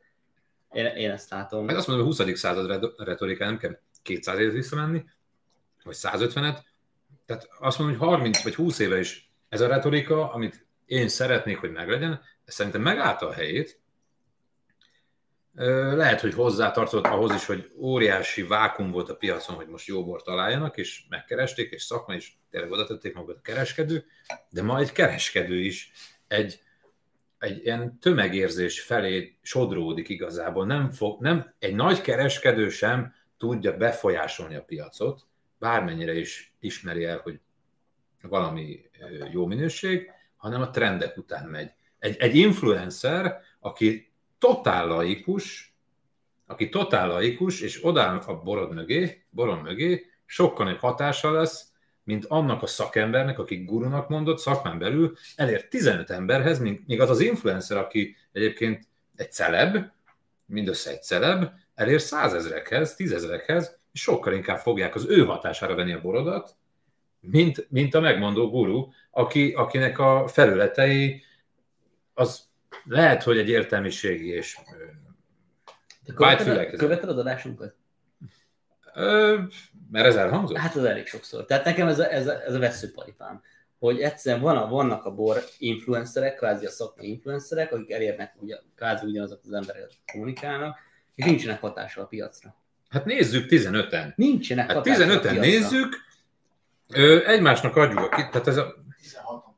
[SPEAKER 2] Én, én ezt látom.
[SPEAKER 3] Meg azt mondom, hogy a huszadik század retorikája nem kell kétszáz évet visszamenni, vagy százötvenet. Tehát azt mondom, hogy harminc vagy húsz éve is ez a retorika, amit én szeretnék, hogy meglegyen, ez szerintem megállta a helyét. Lehet, hogy hozzátartozott ahhoz is, hogy óriási vákum volt a piacon, hogy most jó bort találjanak, és megkeresték, és szakmai is tényleg oda tették magukat a kereskedők, de ma egy kereskedő is egy, egy ilyen tömegérzés felé sodródik igazából. Nem fog, nem, egy nagy kereskedő sem tudja befolyásolni a piacot, bármennyire is ismeri el, hogy valami jó minőség, hanem a trendek után megy. Egy, egy influencer, aki totál laikus, aki totál laikus, és odáll a borod mögé, boron mögé, sokkal nagyobb hatása lesz, mint annak a szakembernek, aki gurunak mondott, szakmán belül elér tizenöt emberhez, míg az az influencer, aki egyébként egy celeb, mindössze egy celeb, elér százezrekhez, tízezrekhez, és sokkal inkább fogják az ő hatására venni a borodat, mint, mint a megmondó guru, aki, akinek a felületei az lehet, hogy egy értelmiségi és
[SPEAKER 2] vágyfülekhez. Követed az adásunkat?
[SPEAKER 3] Ö, mert ez elhangzott?
[SPEAKER 2] Hát az elég sokszor. Tehát nekem ez a, ez a, ez a veszőparipám, hogy egyszerűen van a, vannak a bor influencerek, kvázi a szakmai influencerek, akik elérnek, ugye, kvázi ugyanazok az emberek kommunikálnak, és nincsenek hatással a piacra.
[SPEAKER 3] Hát nézzük tizenöten.
[SPEAKER 2] Nincsenek
[SPEAKER 3] hát
[SPEAKER 2] hatással
[SPEAKER 3] tizenöten
[SPEAKER 2] a piacra.
[SPEAKER 3] nézzük, ö, egymásnak adjuk a kit, tehát ez a...
[SPEAKER 1] tizenhatan.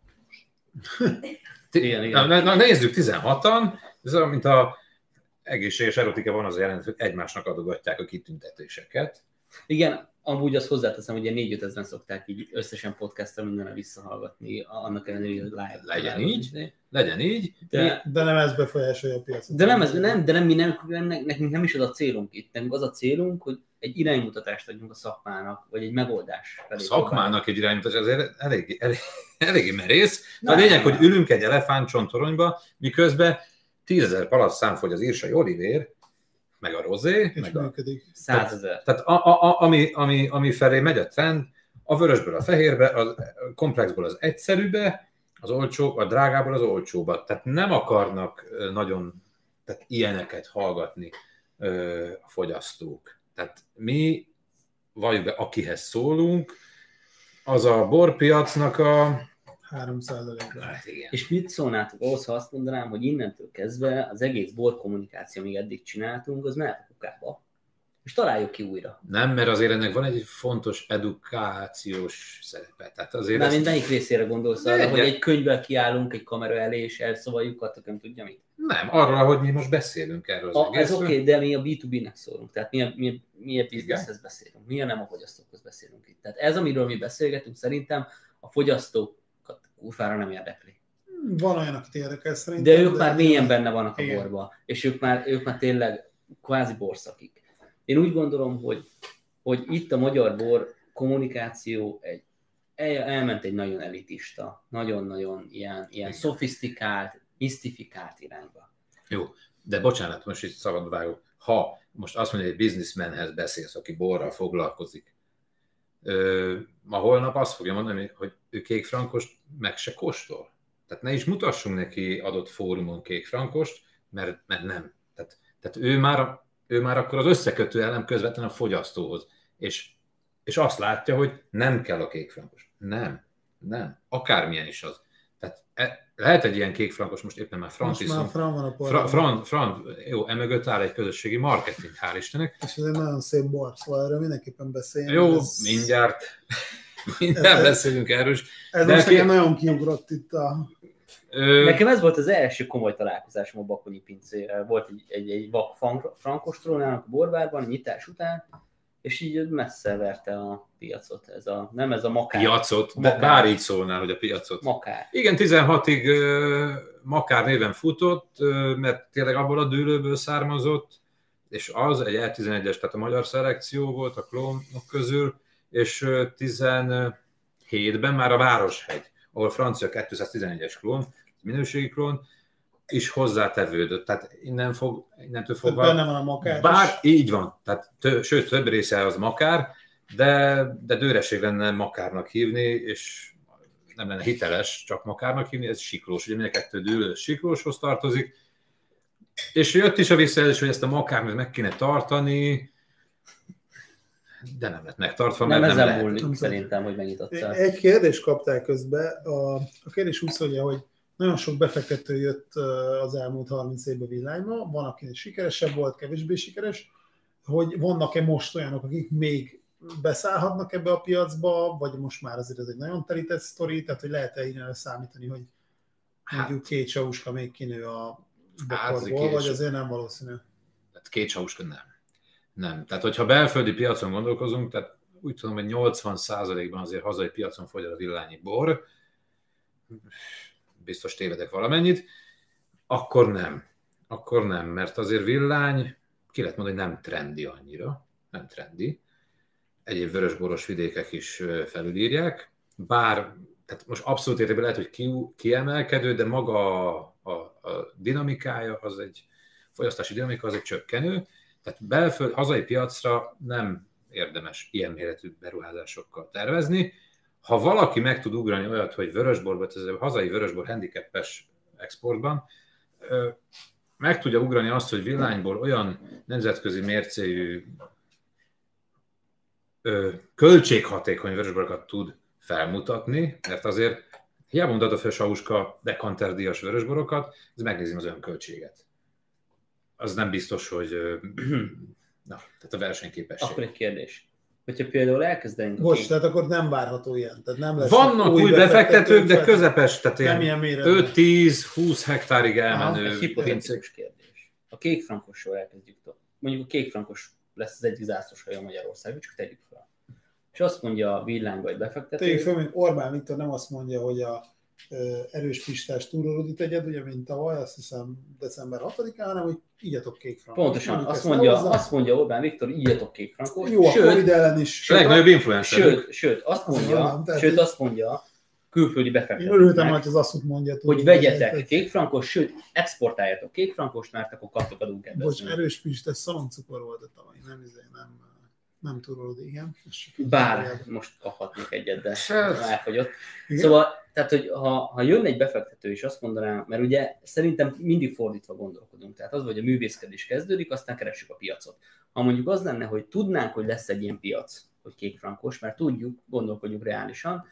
[SPEAKER 2] Igen, igen.
[SPEAKER 3] Na, na, nézzük tizenhatan, ez olyan, mint a egészséges erotika van az a jelenet, hogy egymásnak adogatják a kitüntetéseket.
[SPEAKER 2] Igen, amúgy azt hozzáteszem, hogy ilyen négy-öt ezeren szokták így összesen podcastra mindenre visszahallgatni, annak ellenére, hogy live.
[SPEAKER 3] Legyen így, így, legyen így.
[SPEAKER 2] De,
[SPEAKER 1] de nem ez befolyásolja a piacot.
[SPEAKER 2] De nem, ez, nem, de nem, mi nem, nem, nekünk nem is az a célunk itt, nekünk az a célunk, hogy egy iránymutatást adjunk a szakmának, vagy egy megoldás felé.
[SPEAKER 3] A szakmának egy iránymutatás, azért elég, elég, eléggé merész. A lényeg, hogy ülünk egy elefántcsontoronyba, miközben tízezer palack számfogy az írsai olivér, meg a rozé,
[SPEAKER 1] és
[SPEAKER 3] meg a...
[SPEAKER 2] százezer.
[SPEAKER 3] Tehát a, a, a, ami, ami, ami felé megy a trend, a vörösből a fehérbe, a komplexból az egyszerűbe, az olcsó, a drágából az olcsóba. Tehát nem akarnak nagyon tehát ilyeneket hallgatni ö, a fogyasztók. Tehát mi, vagy be, akihez szólunk, az a borpiacnak a
[SPEAKER 1] három százalékra.
[SPEAKER 3] Hát igen.
[SPEAKER 2] És mit szólnátok ahhoz, ha azt mondanám, hogy innentől kezdve az egész bor kommunikáció, amit eddig csináltunk, az mehet a kukába. És találjuk ki újra.
[SPEAKER 3] Nem, mert azért ennek van egy fontos edukációs szerepe. Tehát azért
[SPEAKER 2] Már
[SPEAKER 3] ezt...
[SPEAKER 2] mind melyik részére gondolsz arra, hogy egy könyvvel kiállunk egy kamera elé, és elszavaljuk, hát nem tudja mit?
[SPEAKER 3] Nem, arra, hogy mi most beszélünk erről az
[SPEAKER 2] A, ez
[SPEAKER 3] egészről.
[SPEAKER 2] oké, okay, de mi a bé kettő bé-nek szólunk, tehát mi a, mi a, mi a bizniszhez beszélünk, mi a nem a fogyasztókhoz beszélünk itt. Tehát ez, amiről mi beszélgetünk, szerintem a fogyasztókat kurvára nem érdekli.
[SPEAKER 1] Van olyan, akit érdekel szerintem.
[SPEAKER 2] De ők de már mélyen benne vannak
[SPEAKER 1] igen.
[SPEAKER 2] a borba, és ők már, ők már tényleg kvázi borszakik. Én úgy gondolom, hogy, hogy itt a magyar bor kommunikáció egy, el, elment egy nagyon elitista, nagyon-nagyon ilyen, ilyen szofisztikált, misztifikált irányba.
[SPEAKER 3] Jó, de bocsánat, most itt szabad vágok. Ha most azt mondja, hogy egy businessmanhez beszélsz, aki borral foglalkozik, ö, ma holnap azt fogja mondani, hogy ő kékfrankost meg se kóstol. Tehát ne is mutassunk neki adott fórumon kékfrankost, mert, mert nem. Tehát, tehát ő már ő már akkor az összekötő elem közvetlenül a fogyasztóhoz. És, és azt látja, hogy nem kell a kékfrankos. Nem, nem. Akármilyen is az. Tehát e, lehet egy ilyen kékfrankos, most éppen már frant
[SPEAKER 1] Most már fran van a
[SPEAKER 3] Fra, frant, frant, jó, emögött áll egy közösségi marketing, hál' Istennek.
[SPEAKER 1] És ez egy nagyon szép bor, szóval erről mindenképpen beszéljen.
[SPEAKER 3] Jó,
[SPEAKER 1] ez,
[SPEAKER 3] mindjárt, mindjárt
[SPEAKER 1] ez,
[SPEAKER 3] beszélünk erről is.
[SPEAKER 1] Ez
[SPEAKER 3] de
[SPEAKER 1] most
[SPEAKER 3] ki...
[SPEAKER 1] nekem nagyon kiugrott itt a...
[SPEAKER 2] Ö... Nekem ez volt az első komoly találkozásom a Bakonyi pincével. Volt egy, egy, egy vak frankostról nálunk a borbárban, nyitás után, és így messze verte a piacot. Ez a, nem ez a makár.
[SPEAKER 3] Piacot,
[SPEAKER 2] makár.
[SPEAKER 3] Bár így szólnál, hogy a piacot.
[SPEAKER 2] Makár.
[SPEAKER 3] Igen, tizenhatig uh, makár néven futott, uh, mert tényleg abból a dűlőből származott, és az egy E tizenegyes, tehát a magyar szelekció volt a klónok közül, és uh, tizenhétben már a Városhegy, ahol francia kétszáztizenegyes klón, minőségi klón, is hozzátevődött. Tehát innen fog, innentől fogva...
[SPEAKER 1] Benne van a makár.
[SPEAKER 3] Bár így van, tehát tő, sőt, több része az makár, de, de dőreség lenne makárnak hívni, és nem lenne hiteles csak makárnak hívni, ez siklós, ugye mind a kettő dűlős siklóshoz tartozik, és jött is a visszajelzés, hogy ezt a makárnak meg kéne tartani, de nem lett megtartva,
[SPEAKER 2] nem,
[SPEAKER 3] mert nem
[SPEAKER 2] lehet.
[SPEAKER 3] múlik,
[SPEAKER 2] Nem szerintem, hogy megnyitottál.
[SPEAKER 1] Egy kérdést kaptál közben. A, a kérdés úgy szólja, hogy nagyon sok befektető jött az elmúlt harminc évben Villányba, van, aki sikeresebb volt, kevésbé sikeres, hogy vannak-e most olyanok, akik még beszállhatnak ebbe a piacba, vagy most már azért ez egy nagyon telített sztori, tehát hogy lehet-e innen számítani, hogy mondjuk hát, két sauska még kinő a bokorból, vagy azért nem valószínű?
[SPEAKER 3] Hát két sauska nem. Nem. Tehát, hogyha belföldi piacon gondolkozunk, tehát úgy tudom, hogy nyolcvan százalékban azért hazai piacon fogy a villányi bor, biztos tévedek valamennyit, akkor nem. Akkor nem, mert azért Villány, ki lehet mondani, hogy nem trendi annyira, nem trendi. Egyéb vörösboros vidékek is felülírják, bár, tehát most abszolút értében lehet, hogy ki, kiemelkedő, de maga a, a, a dinamikája, az egy fogyasztási dinamika, az egy csökkenő, tehát belföld, hazai piacra nem érdemes ilyen méretű beruházásokkal tervezni. Ha valaki meg tud ugrani olyat, hogy vörösborban, ez a hazai vörösbor handicapes exportban, meg tudja ugrani azt, hogy Villányból olyan nemzetközi mércéjű költséghatékony vörösborokat tud felmutatni, mert azért hiába mutatta fel Sauska dekanterdíjas vörösborokat, ez megnézem az önköltséget. Az nem biztos, hogy na, tehát a versenyképesség.
[SPEAKER 2] Akkor egy kérdés. Hogyha például elkezdenénk...
[SPEAKER 1] Bocs, két... tehát akkor nem várható ilyen. Tehát nem lesz
[SPEAKER 3] vannak új befektetők, de közepes, tehát ilyen öt-tíz-húsz hektárig elmenő.
[SPEAKER 2] Egy hipotetikus kérdés. A kékfrankosról elkezdjük. Mondjuk a kékfrankos lesz az egyik zászlós hajó Magyarországon, csak tegyük fel. És azt mondja a Villányba egy befektető...
[SPEAKER 1] Tegyük fel, mint Orbán Viktor nem azt mondja, hogy a erős pistás túrórudit egyed, ugye, mint tavaly, azt hiszem december hatodikán, hanem hogy ígyatok kékfrankot.
[SPEAKER 2] Pontosan, azt mondja, azt mondja Orbán Viktor, ígyatok kékfrankot.
[SPEAKER 1] Jó, sőt, a Covid ellen is.
[SPEAKER 3] Legnagyobb influencer.
[SPEAKER 2] Sőt, sőt, azt mondja, mondom, tehát, sőt, azt mondja külföldi befektetőknek,
[SPEAKER 1] én örültem, hogy az azt mondja,
[SPEAKER 2] hogy vegyetek kékfrankos, sőt, exportáljatok kékfrankost, mert akkor kaptok adunk ebben.
[SPEAKER 1] Bocs, erős pistás szaloncukor volt a tavaly, nem izé, nem... Nem tudod, igen.
[SPEAKER 2] Bár most kaphatnék egyet, de elfogyott. Igen? Szóval, tehát, hogy ha, ha jönne egy befektető és azt mondaná, mert ugye szerintem mindig fordítva gondolkodunk. Tehát az, hogy a művészkedés kezdődik, aztán keressük a piacot. Ha mondjuk az lenne, hogy tudnánk, hogy lesz egy ilyen piac, hogy kékfrankos, mert tudjuk, gondolkodjuk reálisan,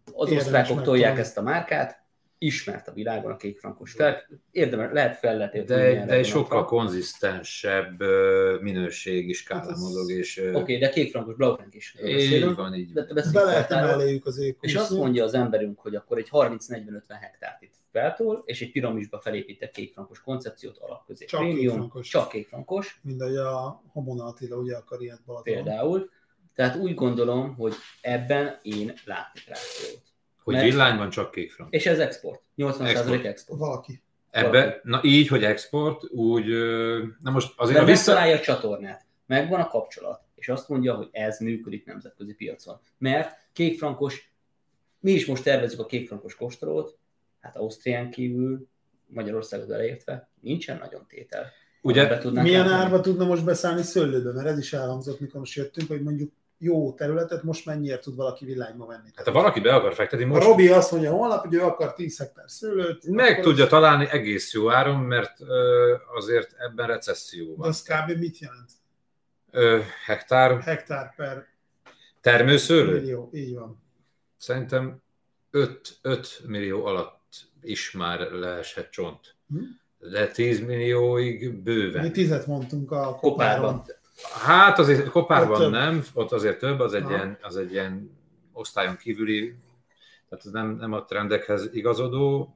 [SPEAKER 2] az osztrákok tolják ezt a márkát, ismert a világon a kékfrankos. Tehát érdemes, lehet fel lehet
[SPEAKER 3] De, de egy sokkal konzisztensebb minőségi skálán mozog. Oké,
[SPEAKER 2] okay, de kékfrankos, blaufránk is.
[SPEAKER 3] Így van, így
[SPEAKER 1] van. De be lehet emeljük az éghúszó.
[SPEAKER 2] És azt mondja az emberünk, hogy akkor egy harminc-negyven-ötven hektárt itt feltol, és egy piramisba felépített kékfrankos koncepciót alap közé.
[SPEAKER 1] Csak
[SPEAKER 2] Prémium,
[SPEAKER 1] kékfrankos.
[SPEAKER 2] Csak kékfrankos.
[SPEAKER 1] Mind ahogy a Homona Attila ugye akar ilyet Balatonon.
[SPEAKER 2] Például. Tehát úgy gondolom, hogy ebben én látni rációt.
[SPEAKER 3] Hogy mert... villányban csak kékfrank.
[SPEAKER 2] És ez export. nyolcvan százalék export. export.
[SPEAKER 1] Valaki.
[SPEAKER 3] Ebbe, na így, hogy export, úgy, na most azért...
[SPEAKER 2] De vissza... megtalálja a csatornát, megvan a kapcsolat, és azt mondja, hogy ez működik nemzetközi piacon. Mert kékfrankos, mi is most tervezzük a kékfrankos kóstolót, hát Ausztrián kívül, Magyarországot beleértve, nincsen nagyon tétel.
[SPEAKER 1] Ugye, milyen árba árba tudna most beszállni szőlőbe? Mert ez is elhangzott, mikor most jöttünk, hogy mondjuk jó területet most mennyiért tud valaki villányba venni.
[SPEAKER 3] Hát ha valaki be akar fektetni most...
[SPEAKER 1] A Robi azt mondja holnap, hogy ő akar tíz hektár szőlőt.
[SPEAKER 3] Meg tudja ez... találni egész jó áron, mert ö, azért ebben recesszió van.
[SPEAKER 1] De az kb. Mit jelent?
[SPEAKER 3] Ö, hektár...
[SPEAKER 1] Hektár per...
[SPEAKER 3] Termőszőlő?
[SPEAKER 1] Millió, így van.
[SPEAKER 3] Szerintem öt millió alatt is már leesett csont. Hm? De tíz millióig bőven.
[SPEAKER 1] Mi tizet mondtunk a Kopáron.
[SPEAKER 3] Hát azért Kopárban ott nem, ott azért több, az egy, ilyen, az egy ilyen osztályon kívüli, tehát nem, nem a trendekhez igazodó.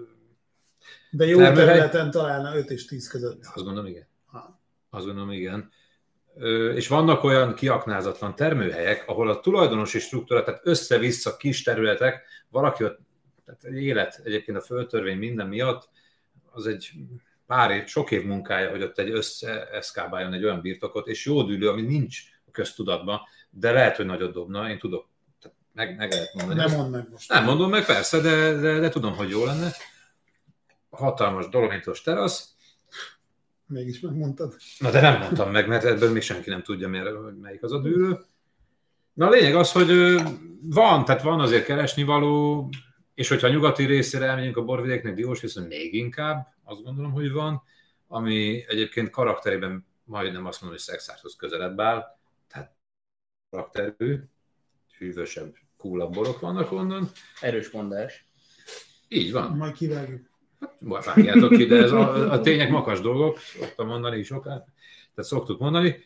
[SPEAKER 1] De jó termőhely. Területen találna öt és tíz között.
[SPEAKER 3] Azt gondolom, igen. Ha. Azt gondolom, igen. És vannak olyan kiaknázatlan termőhelyek, ahol a tulajdonosi struktúra, tehát össze-vissza kis területek, valaki ott, tehát egy élet egyébként a földtörvény minden miatt, az egy pár év, sok év munkája, hogy ott egy összeeszkábáljon egy olyan birtokot, és jó dűlő, ami nincs a köztudatban, de lehet, hogy nagyot dobna, én tudok, meg, meg lehet mondani.
[SPEAKER 1] Nem mondd meg most.
[SPEAKER 3] Nem mondom meg, persze, de, de, de tudom, hogy jó lenne. Hatalmas dolomitos terasz.
[SPEAKER 1] Mégis megmondtad.
[SPEAKER 3] Na de nem mondtam meg, mert ebből még senki nem tudja, melyik az a dűlő. Na a lényeg az, hogy van, tehát van azért keresnivaló, és hogyha a nyugati részére elmegyünk a borvidéknek, Diós viszont még inkább, azt gondolom, hogy van, ami egyébként karakterében majdnem azt mondom, hogy Szexárthoz közelebb áll, tehát karakterű, hűvösebb, coolabb borok vannak onnan.
[SPEAKER 2] Erős mondás.
[SPEAKER 3] Így van.
[SPEAKER 1] Majd kivágjuk.
[SPEAKER 3] Hát, vágjátok ki, de ez a, a tények makas dolgok, szoktam mondani sokat, tehát szoktuk mondani.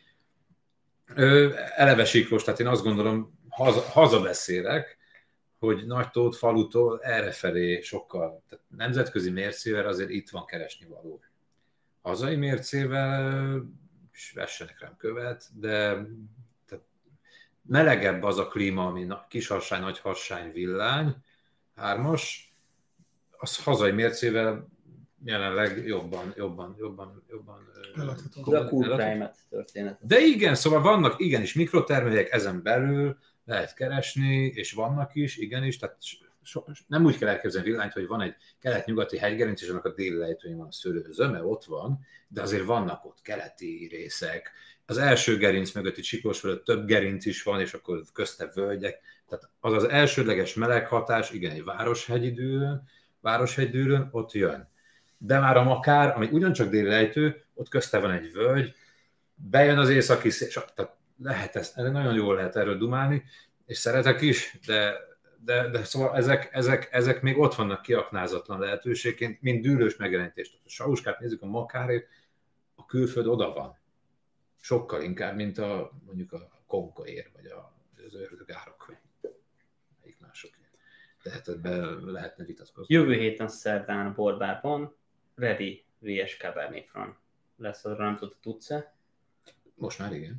[SPEAKER 3] Ö, eleve siklós, tehát én azt gondolom, haza, hazabeszélek, hogy Nagytót falutól errefelé sokkal, tehát nemzetközi mércével azért itt van keresnivaló. Hazai mércével is vessenek rám követ, de tehát melegebb az a klíma, ami Kisharsány, Nagyharsány, Villány, hármas, az hazai mércével jelenleg jobban, jobban, jobban, jobban...
[SPEAKER 2] De a cool climate történet.
[SPEAKER 3] De igen, szóval vannak igenis mikrotermékek ezen belül, lehet keresni, és vannak is, igenis, tehát so, nem úgy kell elképzelni Villányt, hogy van egy kelet-nyugati hegygerinc, és annak a déli lejtőjén van a szőlő zöme, ott van, de azért vannak ott keleti részek. Az első gerinc mögött itt Siklós fölött több gerinc is van, és akkor közte völgyek. Tehát az az elsődleges meleghatás, igen, egy városhegyi dűlőn, városhegydűlőn, ott jön. De már a Makár, ami ugyancsak déli lejtő, ott közte van egy völgy, bejön az északi szél, tehát lehet ezt, nagyon jól lehet erről dumálni, és szeretek is, de, de, de szóval ezek, ezek, ezek még ott vannak kiaknázatlan lehetőségként, mint dűlős megjelenítést. A Sauskát nézzük, a Makárét, a külföld oda van. Sokkal inkább, mint a, mondjuk a Konkoér, vagy a, az Ördögárok, vagy melyik másokért. Tehát ebben lehetne vitatkozni.
[SPEAKER 2] Jövő héten szerdán a Borbárban Ready vé es Cabernet Franc lesz, arra nem tudod, tudsz-e?
[SPEAKER 3] Most már igen.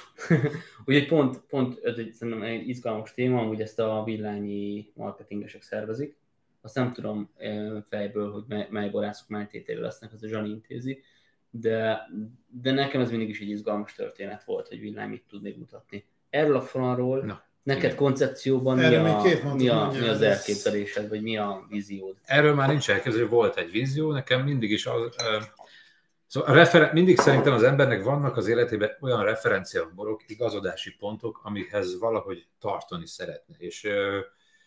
[SPEAKER 2] Ugye pont, pont ez egy, szerintem egy izgalmas téma, hogy ezt a villányi marketingesek szervezik. Azt nem tudom fejből, hogy mely, mely borászok mely tételő lesznek, az a Zsani intézi, de, de nekem ez mindig is egy izgalmas történet volt, hogy Villány mit tud még mutatni. Erről a falról, Na, neked igen. koncepcióban mi, a, mi, a, mi az elképzelésed, vagy mi a víziód?
[SPEAKER 3] Erről már nincs elképzelés, volt egy vízió, nekem mindig is az... Uh, Szóval a referen- mindig szerintem az embernek vannak az életében olyan referenciaborok, igazodási pontok, amikhez valahogy tartani szeretne. És euh,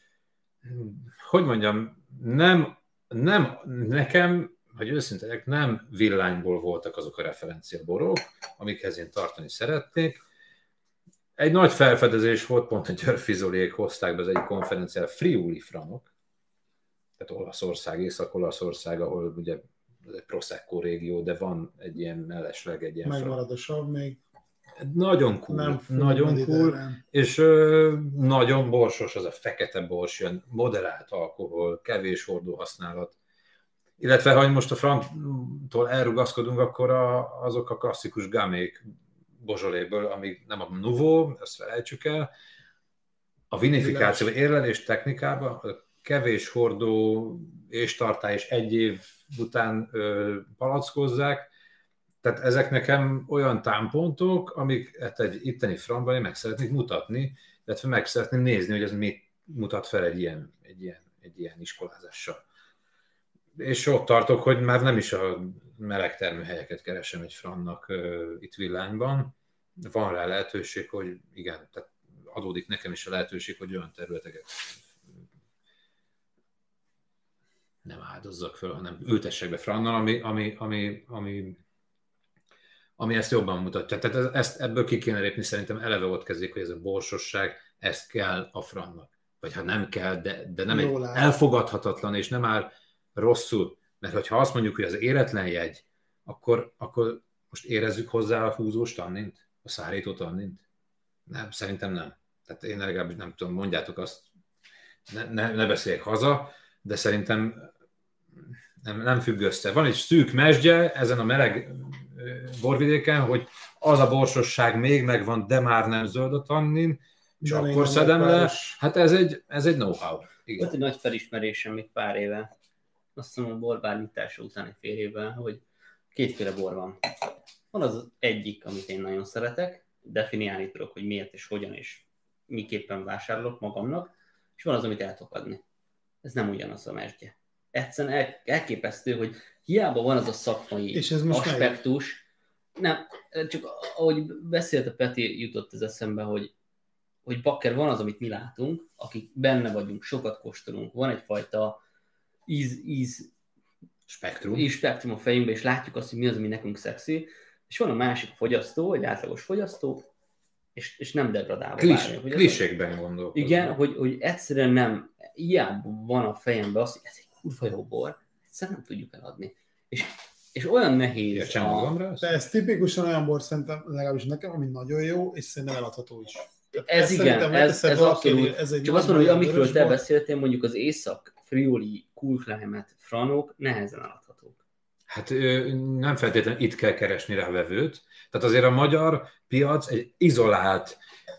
[SPEAKER 3] hogy mondjam, nem, nem nekem, hogy őszintén, nem Villányból voltak azok a referenciaborok, amikhez én tartani szeretnék. Egy nagy felfedezés volt, pont a Györfi Zoliék hozták be az egyik konferenciára, Friuli franok, tehát Olaszország, Észak-Olaszország, ahol ugye egy Prosecco régió, de van egy ilyen mellesleg, egy ilyen
[SPEAKER 1] megmarad a sav még.
[SPEAKER 3] Nagyon cool,
[SPEAKER 1] Nem
[SPEAKER 3] nagyon cool, és ö, nagyon borsos, az a fekete bors, ilyen moderált alkohol, kevés hordó használat. Illetve, ha most a Franktól elrugaszkodunk, akkor a, azok a klasszikus gamék Beaujolais-ből, amik nem a Nouveau, ezt felejtsük el, a vinifikáció, érlelés technikában kevés hordó és tartály és egy év után ö, palackozzák, tehát ezek nekem olyan támpontok, amiket egy itteni Frankban én meg szeretnék mutatni, illetve meg szeretném nézni, hogy ez mit mutat fel egy ilyen, egy ilyen, egy ilyen iskolázással. És ott tartok, hogy már nem is a meleg termőhelyeket keresem egy Franknak uh, itt Villányban. Van rá lehetőség, hogy igen, tehát adódik nekem is a lehetőség, hogy olyan területeket nem áldozzak föl, hanem ültessek be Franknal, ami, ami, ami, ami, ami ezt jobban mutatja. Tehát ezt, ebből ki kéne lépni, szerintem eleve ott kezdik, hogy ez a borsosság, ez kell a Franknak. Vagy ha nem kell, de, de nem egy elfogadhatatlan, és nem áll rosszul. Mert ha azt mondjuk, hogy az éretlen jegy, akkor, akkor most érezzük hozzá a húzós tannint? A szárító tannint? Nem, szerintem nem. Tehát én legalábbis nem tudom, mondjátok azt, ne, ne, ne beszéljek haza, de szerintem nem, nem függ össze. Van egy szűk mesdje ezen a meleg borvidéken, hogy az a borsosság még megvan, de már nem zöld a tannin, és de akkor szedem le. Hát ez egy, ez egy know-how. Igen.
[SPEAKER 2] Volt egy nagy felismerésem még pár éve, azt mondom, a borbár nyitása utáni fél évben, hogy kétféle bor van. Van az, az egyik, amit én nagyon szeretek, definiálni tudok, hogy miért és hogyan és miképpen vásárolok magamnak, és van az, amit el tudok adni. Ez nem ugyanaz a mesdje. Egyszerűen el, elképesztő, hogy hiába van az a szakmai és ez most aspektus, nem, csak ahogy beszélt a Peti, jutott ez eszembe, hogy, hogy bakker van az, amit mi látunk, akik benne vagyunk, sokat kóstolunk, van egyfajta íz, íz
[SPEAKER 3] spektrum.
[SPEAKER 2] íz spektrum a fejünkben, és látjuk azt, hogy mi az, ami nekünk szexi, és van a másik fogyasztó, egy átlagos fogyasztó, és, és nem degradálva.
[SPEAKER 3] Klis, klisékben gondolkozom.
[SPEAKER 2] Igen, hogy, hogy egyszerűen nem, hiába van a fejemben az, hogy ez egy kurva jó bor, egyszerűen nem tudjuk eladni. És, és olyan nehéz.
[SPEAKER 3] A...
[SPEAKER 1] De ez tipikusan olyan bor, szerintem legalábbis nekem, ami nagyon jó, és szerintem eladható is.
[SPEAKER 2] Ez igen, ez, ez abszolút. Ez egy csak azt mondom, hogy amikről te beszéltél, mondjuk az Észak-Friuli, Kulkleimet, Franok nehezen eladhatók.
[SPEAKER 3] Hát nem feltétlenül itt kell keresni rá vevőt. Tehát azért a magyar piac egy izolált,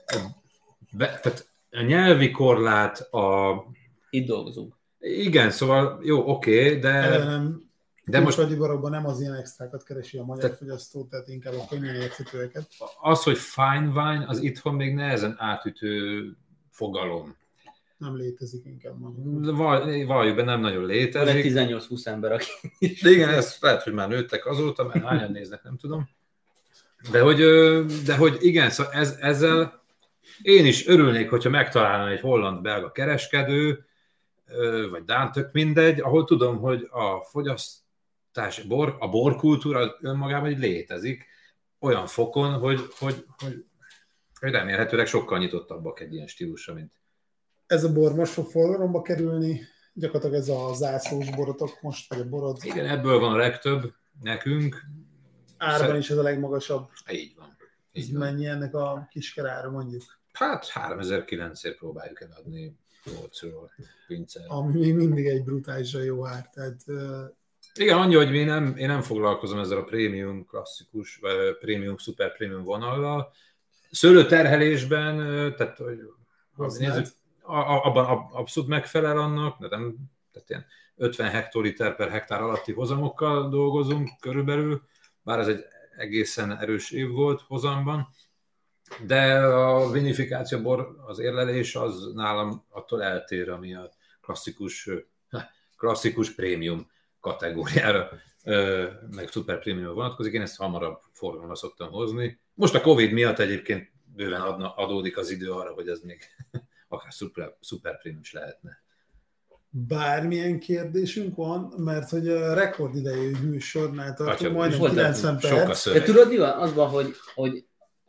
[SPEAKER 3] be, tehát a nyelvi korlát, a...
[SPEAKER 2] Itt dolgozunk.
[SPEAKER 3] Igen, szóval jó, oké, okay, de...
[SPEAKER 1] Ellenem, de most borokban nem az ilyen extrákat keresi a magyar te... fogyasztó, tehát inkább a könnyen érthetőeket.
[SPEAKER 3] Az, hogy fine wine, az itthon még nehezen átütő fogalom.
[SPEAKER 1] Nem létezik inkább mondjuk.
[SPEAKER 3] Valljuk be, nem nagyon létezik.
[SPEAKER 2] Van tizennyolc-húsz ember, aki...
[SPEAKER 3] De igen, ezt lehet, hogy már nőttek azóta, mert hányan néznek, nem tudom. De hogy, de hogy igen, szóval ez, ezzel én is örülnék, hogyha megtalálna egy holland-belga kereskedő, vagy dán, tök mindegy, ahol tudom, hogy a fogyasztás, bor, a borkultúra önmagában létezik olyan fokon, hogy, hogy, hogy, hogy remélhetőleg sokkal nyitottabbak egy ilyen stílusra, mint...
[SPEAKER 1] Ez a bor most fog forgalomba kerülni, gyakorlatilag ez a zászlós borotok most, vagy a borod.
[SPEAKER 3] Igen, ebből van a legtöbb nekünk.
[SPEAKER 1] Árban Szer... is ez a legmagasabb.
[SPEAKER 3] Így van. Így
[SPEAKER 1] ez
[SPEAKER 3] van.
[SPEAKER 1] Mennyi ennek a kiskerára mondjuk?
[SPEAKER 3] Hát háromezer-kilencszázért próbáljuk eladni nyolcról pincel.
[SPEAKER 1] Ami még mindig egy brutálisan jó ár. Tehát, uh...
[SPEAKER 3] igen, annyi, hogy én nem, én nem foglalkozom ezzel a prémium klasszikus, vagy prémium, szuper prémium vonallal. Szőlőterhelésben, tehát hogy nézzük, abban abszolút megfelel annak, de nem, tehát ilyen ötven hektoliter per hektár alatti hozamokkal dolgozunk körülbelül, bár ez egy egészen erős év volt hozamban, de a vinifikáció bor, az érlelés az nálam attól eltér, ami a klasszikus, klasszikus prémium kategóriára, meg szuper prémiumra vonatkozik. Én ezt hamarabb forgalomra szoktam hozni. Most a Covid miatt egyébként bőven adna, adódik az idő arra, hogy ez még akár szuper, szuper prémium is lehetne.
[SPEAKER 1] Bármilyen kérdésünk van, mert hogy a rekordidejű műsornál tartunk, majdnem kilencven perc.
[SPEAKER 2] De tudod, mi van? Az van, hogy, hogy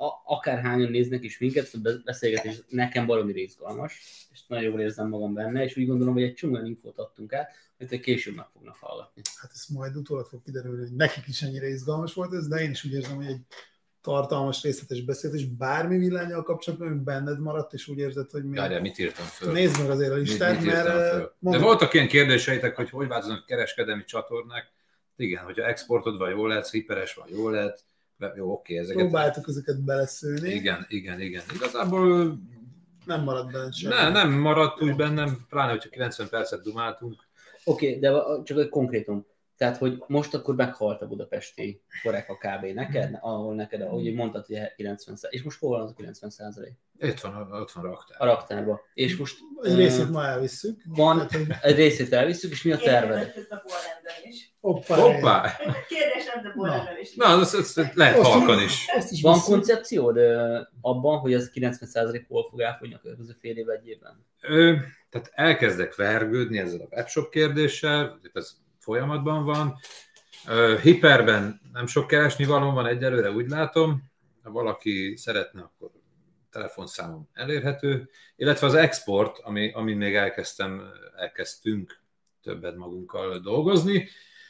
[SPEAKER 2] a, akárhányan néznek is minket, a beszélgetés nekem baromi izgalmas, és nagyon jól érzem magam benne, és úgy gondolom, hogy egy csomó olyan infót adtunk át, amit később meg fognak hallgatni.
[SPEAKER 1] Hát ez majd utólag fog kiderülni, hogy nekik is ennyire izgalmas volt ez, de én is úgy érzem, hogy egy tartalmas, részletes beszélgetés, bármi villánnyal kapcsolatban, ami benned maradt, és úgy érzed, hogy még...
[SPEAKER 3] Várjál, mit írtam föl?
[SPEAKER 1] Nézd meg azért a listát,
[SPEAKER 3] mit, mit
[SPEAKER 1] mert...
[SPEAKER 3] Mondom... De voltak ilyen kérdéseitek, hogy hogy változnak a kereskedelmi csatornák. Igen, hogyha exportod van, jól lehet, hiperes van, jól lehet, jó, oké, ezeket...
[SPEAKER 1] Próbáltuk ezeket beleszőni.
[SPEAKER 3] Igen, igen, igen. Igazából...
[SPEAKER 1] Nem maradt benne sem.
[SPEAKER 3] Ne, nem maradt úgy bennem, pláne, hogyha kilencven percet dumáltunk.
[SPEAKER 2] Oké, okay, de csak egy konkrétum. Tehát, hogy most akkor meghalt a budapesti koreka kb. Neked, ahol neked, ahogy mondtad, hogy kilencven százalék, és most hol van az a kilencven százalék?
[SPEAKER 3] Itt van, ott van a raktár.
[SPEAKER 2] A raktárban. És most...
[SPEAKER 1] Egy részét ma elvisszük.
[SPEAKER 2] Van, egy részét elvisszük, és mi a terved?
[SPEAKER 1] Hoppá!
[SPEAKER 3] Hoppá!
[SPEAKER 4] Kérdés nem, de borrendben is.
[SPEAKER 3] Na, az, az lehet halkan is.
[SPEAKER 1] is
[SPEAKER 2] Van
[SPEAKER 1] viszont...
[SPEAKER 2] koncepciód abban, hogy az kilencven százalék hol fog elfogyni a következő fél év, egy évben?
[SPEAKER 3] Ö, tehát elkezdek vergődni ezzel a webshop kérdéssel, ez folyamatban van. Ö, hiperben nem sok keresni való van egyelőre, úgy látom. Ha valaki szeretne, akkor telefonszámom elérhető. Illetve az export, ami, amin még elkezdtem, elkezdtünk többet magunkkal dolgozni.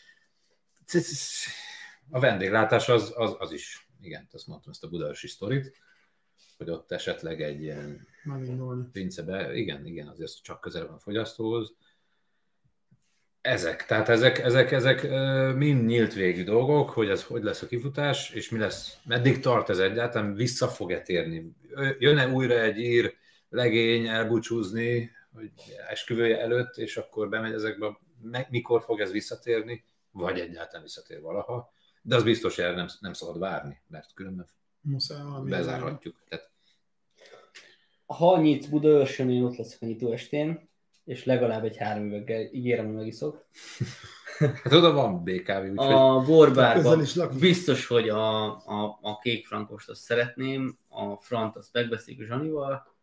[SPEAKER 3] A vendéglátás az, az, az is, igen, azt mondtam, ezt a budaörsi sztorit, hogy ott esetleg egy ilyen pincebe, igen, igen, azért csak közel van a fogyasztóhoz. Ezek, tehát ezek, ezek, ezek mind nyílt végű dolgok, hogy ez hogy lesz a kifutás, és mi lesz, meddig tart ez egyáltalán, vissza fog-e térni. Jön-e újra egy ír legény elbúcsúzni, hogy esküvője előtt, és akkor bemegy ezekbe, mikor fog ez visszatérni, vagy egyáltalán visszatér valaha. De az biztos, hogy nem, nem szabad várni, mert különben bezárhatjuk. Tehát...
[SPEAKER 2] Ha nyitsz Budaörsön, én ott leszek a nyitó estén, és legalább egy három üveggel ígérem, hogy megiszok.
[SPEAKER 3] Hát oda van bé ká vé, úgyhogy...
[SPEAKER 2] A borbárban biztos, hogy a, a, a kék frankost azt szeretném, a frant azt megbeszéljük Zsanival,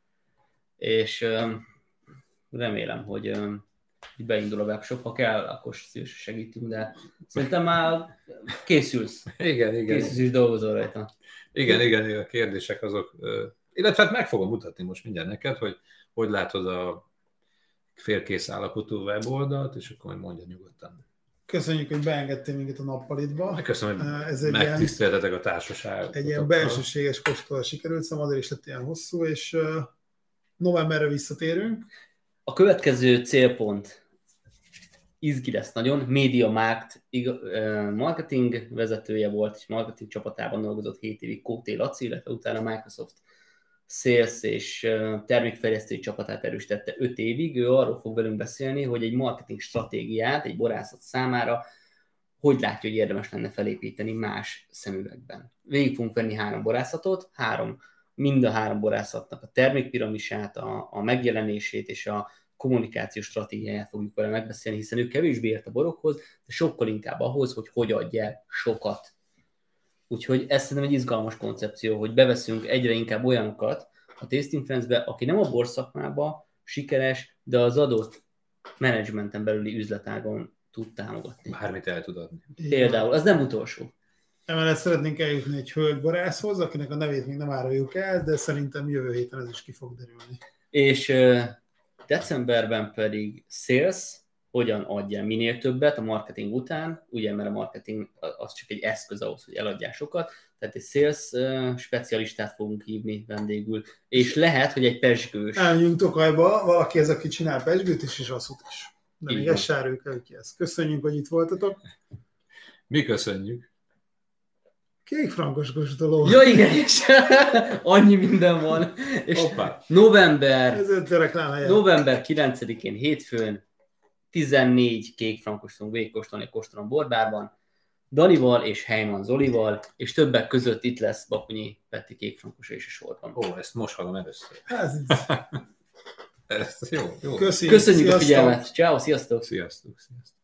[SPEAKER 2] és um, remélem, hogy um, beindul a webshop, ha kell, akkor szívesen segítünk, de szerintem már készülsz.
[SPEAKER 3] Igen, igen.
[SPEAKER 2] Készülsz és dolgozol rajta.
[SPEAKER 3] Igen, igen, a kérdések azok, illetve hát meg fogom mutatni most mindjárt neked, hogy hogy látod a félkész állapotú weboldalt, és akkor majd mondja nyugodtan.
[SPEAKER 1] Köszönjük, hogy beengedtél minket a nappalitba.
[SPEAKER 3] Köszönöm, hogy Ez megtiszteltetek a társaságot.
[SPEAKER 1] Egy ilyen belsőséges kóstolva sikerült, szóval azért is lett ilyen hosszú, és novemberre visszatérünk.
[SPEAKER 2] A következő célpont izgi lesz nagyon. MediaMarkt marketing vezetője volt, és marketing csapatában dolgozott hét évig Kóté Laci, illetve utána Microsoft Sales és termékfejlesztői csapatát erősítette öt évig. Ő arról fog velünk beszélni, hogy egy marketing stratégiát egy borászat számára hogy látja, hogy érdemes lenne felépíteni más szemüvegben. Végig fogunk venni három borászatot, három, mind a három borászatnak a termékpiramisát, a, a megjelenését és a kommunikációs stratégiáját fogjuk vele megbeszélni, hiszen ő kevésbé ért a borokhoz, de sokkal inkább ahhoz, hogy hogy adj el sokat. Úgyhogy ez szerintem egy izgalmas koncepció, hogy beveszünk egyre inkább olyanokat a Tasting Friends-be, aki nem a borszakmában sikeres, de az adott menedzsmenten belüli üzletágon tud támogatni.
[SPEAKER 3] Bármit el tud adni.
[SPEAKER 2] Például, az nem utolsó.
[SPEAKER 1] Emellett szeretnénk eljutni egy hölgyborászhoz, akinek a nevét még nem áruljuk el, de szerintem jövő héten ez is ki fog derülni.
[SPEAKER 2] És uh, decemberben pedig Sales, hogyan adja minél többet a marketing után, ugye, mert a marketing az csak egy eszköz ahhoz, hogy eladjál sokat, tehát egy sales uh, specialistát fogunk hívni vendégül, és lehet, hogy egy pezsgős.
[SPEAKER 1] Elmegyünk Tokajba, valaki ez, aki csinál pezsgőt is, és asszút is. De még ezt sárjuk el ki ezt. Köszönjük, hogy itt voltatok.
[SPEAKER 3] Mi köszönjük.
[SPEAKER 1] Kék frankos kóstoló.
[SPEAKER 2] Ja, igen, és annyi minden van. És
[SPEAKER 3] Hoppá.
[SPEAKER 2] november,
[SPEAKER 1] november
[SPEAKER 2] kilencedikén hétfőn tizennégy kék frankos fogunk végigkóstolni a Kóstolom borbárban, Danival és Heimann Zolival, és többek között itt lesz Bakonyi Peti kék frankos és a sorban.
[SPEAKER 3] Ó, ezt most hallom először.
[SPEAKER 1] Ez,
[SPEAKER 3] ez jó, jó.
[SPEAKER 1] Köszönjük,
[SPEAKER 2] Köszönjük a figyelmet. Ciao, sziasztok!
[SPEAKER 3] Sziasztok, sziasztok.